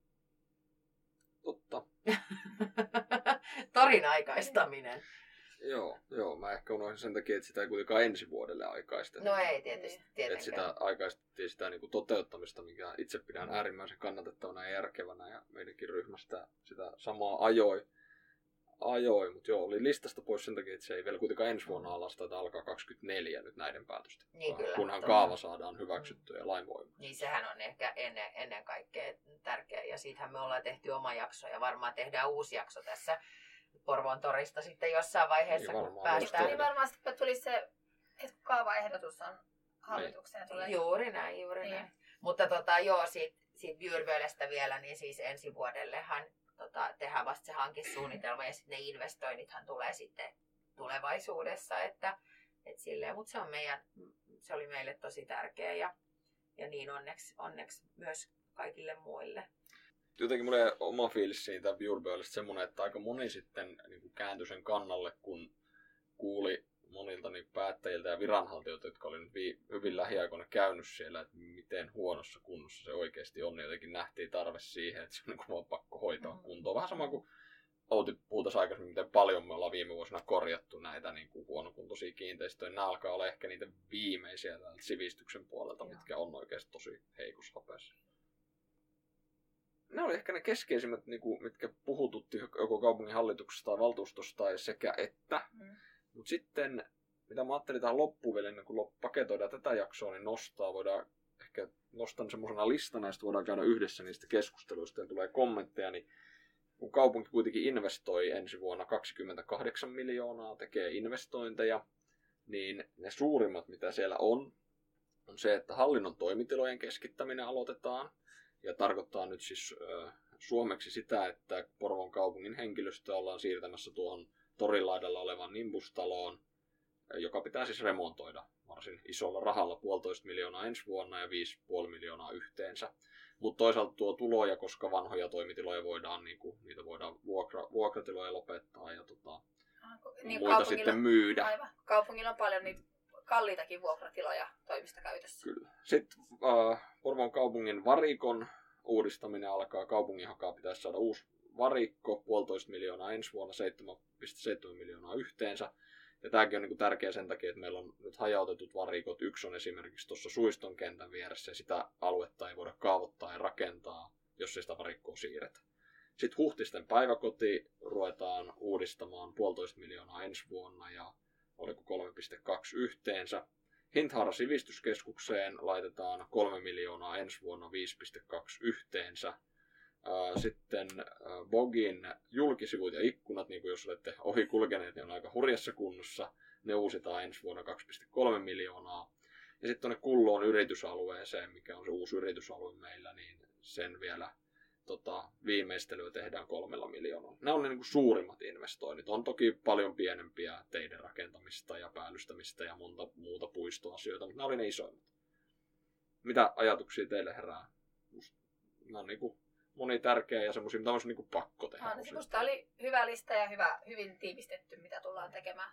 Totta. Torin aikaistaminen. Joo, mä ehkä unohdin sen takia, että sitä ei kuitenkaan ensi vuodelle aikaisteta. No ei tietysti, tietenkään. Että sitä aikaistettiin sitä niin kuin toteuttamista, mikä itse pidän äärimmäisen kannatettavana ja järkevänä ja meidänkin ryhmästä sitä samaa ajoi, mutta joo, oli listasta pois sen takia, että se ei vielä kuitenkaan ensi vuonna alasta, että alkaa 24 nyt näiden päätösten. Niin, kyllä, kunhan kaava saadaan hyväksyttyä ja lainvoimaisesti. Niin sehän on ehkä ennen kaikkea tärkeä ja siitähän me ollaan tehty oma jakso ja varmaan tehdään uusi jakso tässä Porvoon torista sitten jossain vaiheessa, niin, kun päästään. Niin varmaan sitten tulisi se, että kun kaavaehdotus on hallitukseen tulee. Juuri näin. Niin. Mutta siitä Bjurbölestä vielä, niin siis ensi vuodellehan tehdään vasta se hankesuunnitelma ja sitten ne investoinnithan tulee sitten tulevaisuudessa, että silleen, mutta se oli meille tosi tärkeä ja niin onneksi myös kaikille muille. Jotenkin mulla ei oma fiilis siitä Bjurbölestä semmoinen, että aika moni sitten niin kääntyi sen kannalle, kun kuuli monilta niin päättäjiltä ja viranhaltijoilta, jotka oli nyt hyvin lähiaikoina käynyt siellä, että miten huonossa kunnossa se oikeasti on. Jotenkin nähtiin tarve siihen, että se on niin vaan pakko hoitaa kuntoon. Vähän sama kuin Outi puhutaan aikaisemmin, miten paljon me ollaan viime vuosina korjattu näitä niin kuin huonokuntoisia kiinteistöjä. Nämä alkaa olla ehkä niitä viimeisiä täältä sivistyksen puolelta, mitkä on oikeasti tosi heikossa hapeessa. Nämä oli ehkä ne keskeisimmät, mitkä puhututti joko kaupungin hallituksesta tai valtuustosta tai sekä että. Mutta sitten, mitä mä ajattelin tähän loppuun vielä, ennen kuin paketoidaan tätä jaksoa, niin nostan semmoisena listana, ja sitten voidaan käydä yhdessä niistä keskusteluista, ja tulee kommentteja, niin kun kaupunki kuitenkin investoi ensi vuonna 28 miljoonaa, tekee investointeja, niin ne suurimmat, mitä siellä on se, että hallinnon toimitilojen keskittäminen aloitetaan, ja tarkoittaa nyt siis suomeksi sitä, että Porvoon kaupungin henkilöstöä ollaan siirtämässä tuohon torilaidalla olevan Nimbus-taloon, joka pitää siis remontoida varsin isolla rahalla, 1,5 miljoonaa ensi vuonna ja 5,5 miljoonaa yhteensä. Mutta toisaalta tuo tuloja, koska vanhoja toimitiloja voidaan, niitä voidaan vuokratiloja lopettaa ja muita sitten myydä. Aivan. Kaupungilla on paljon niitä kalliitakin vuokratiloja toimistokäytössä. Kyllä. Sitten Porvoon kaupungin varikon uudistaminen alkaa. Kaupunginhakaa pitäisi saada uusi varikko, 1,5 miljoonaa ensi vuonna, 7,7 miljoonaa yhteensä. Ja tämäkin on tärkeä sen takia, että meillä on nyt hajautetut varikot. Yksi on esimerkiksi tuossa Suiston kentän vieressä, ja sitä aluetta ei voida kaavoittaa ja rakentaa, jos ei sitä varikkoa siirretä. Sitten Huhtisten päiväkoti ruvetaan uudistamaan 1,5 miljoonaa ensi vuonna, ja oliko 3,2 yhteensä. Hinthaara sivistyskeskukseen laitetaan 3 miljoonaa ensi vuonna, 5,2 yhteensä. Sitten Bogin julkisivut ja ikkunat, niin kuin jos olette ohi kulkeneet, ne on aika hurjassa kunnossa. Ne uusitaan ensi vuonna 2,3 miljoonaa. Ja sitten tuonne Kulloon yritysalueeseen, mikä on se uusi yritysalue meillä, niin sen vielä viimeistelyä tehdään 3 miljoonalla. Nämä on ne suurimmat investoinnit. On toki paljon pienempiä teiden rakentamista ja päällystämistä ja monta muuta puistoasioita, mutta nämä oli ne isoimmat. Mitä ajatuksia teille herää? Nämä on moni tärkeä ja semmoisia, mitä olisi pakko tehdä. Minusta oli hyvä lista ja hyvin tiivistetty, mitä tullaan tekemään.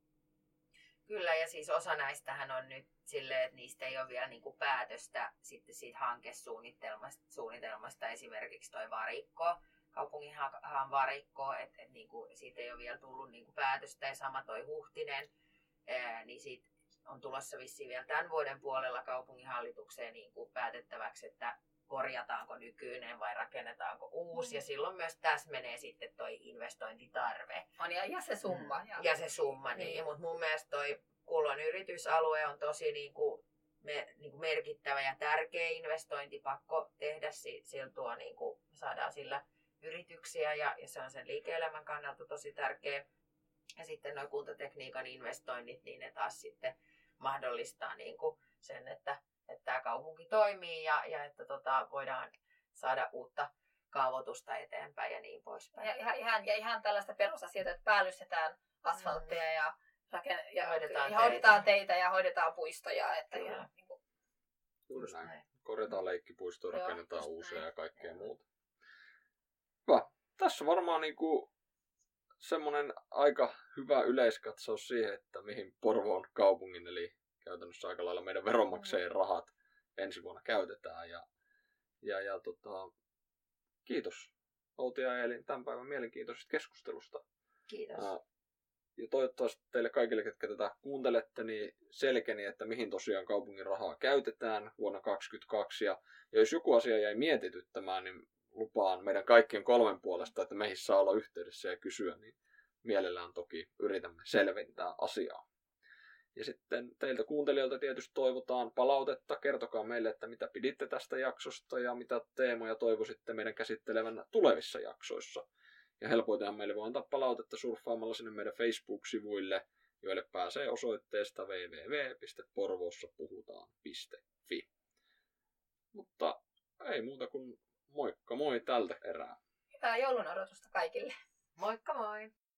Kyllä, ja siis osa näistähän on nyt silleen, että niistä ei ole vielä päätöstä sitten siitä hankesuunnitelmasta, esimerkiksi toi varikko, kaupunginhan varikko, että siitä ei ole vielä tullut päätöstä, ja sama toi Huhtinen, niin siitä on tulossa vissiin vielä tämän vuoden puolella kaupunginhallitukseen päätettäväksi, että korjataanko nykyinen vai rakennetaanko uusi, ja silloin myös tässä menee sitten toi investointitarve. On, ja se summa. Ja se summa, niin. Mutta mun mielestä toi Kullon yritysalue on tosi merkittävä ja tärkeä investointi, pakko tehdä, sillä saadaan sillä yrityksiä, ja se on sen liike-elämän kannalta tosi tärkeä. Ja sitten nuo kuntatekniikan investoinnit, niin ne taas sitten mahdollistaa sen, että tämä kaupunki toimii ja että voidaan saada uutta kaavoitusta eteenpäin ja niin poispäin. Ja ihan tällaista perusasioita, että päällystetään asfaltteja ja hoidetaan teitä ja hoidetaan puistoja. Että Juuri näin. Korjataan leikkipuistoja, rakennetaan uusia ja kaikkea muuta. Hyvä. Tässä varmaan semmoinen aika hyvä yleiskatsaus siihen, että mihin Porvoon kaupungin, eli käytännössä aika lailla meidän veronmaksajien rahat ensi vuonna käytetään. Ja kiitos Outi ja Elin tämän päivän mielenkiintoisesta keskustelusta. Kiitos. Ja toivottavasti teille kaikille, ketkä tätä kuuntelette, niin selkeni, että mihin tosiaan kaupungin rahaa käytetään vuonna 2022. Ja jos joku asia jäi mietityttämään, niin lupaan meidän kaikkien 3 puolesta, että meihin saa olla yhteydessä ja kysyä, niin mielellään toki yritämme selventää asiaa. Ja sitten teiltä kuuntelijoilta tietysti toivotaan palautetta. Kertokaa meille, että mitä piditte tästä jaksosta ja mitä teemoja toivoisitte meidän käsittelevän tulevissa jaksoissa. Ja helpointaan meille voi antaa palautetta surffaamalla sinne meidän Facebook-sivuille, joille pääsee osoitteesta www.porvoossapuhutaan.fi. Mutta ei ei muuta kuin moikka moi tältä erää. Hyvää joulun odotusta kaikille. Moikka moi!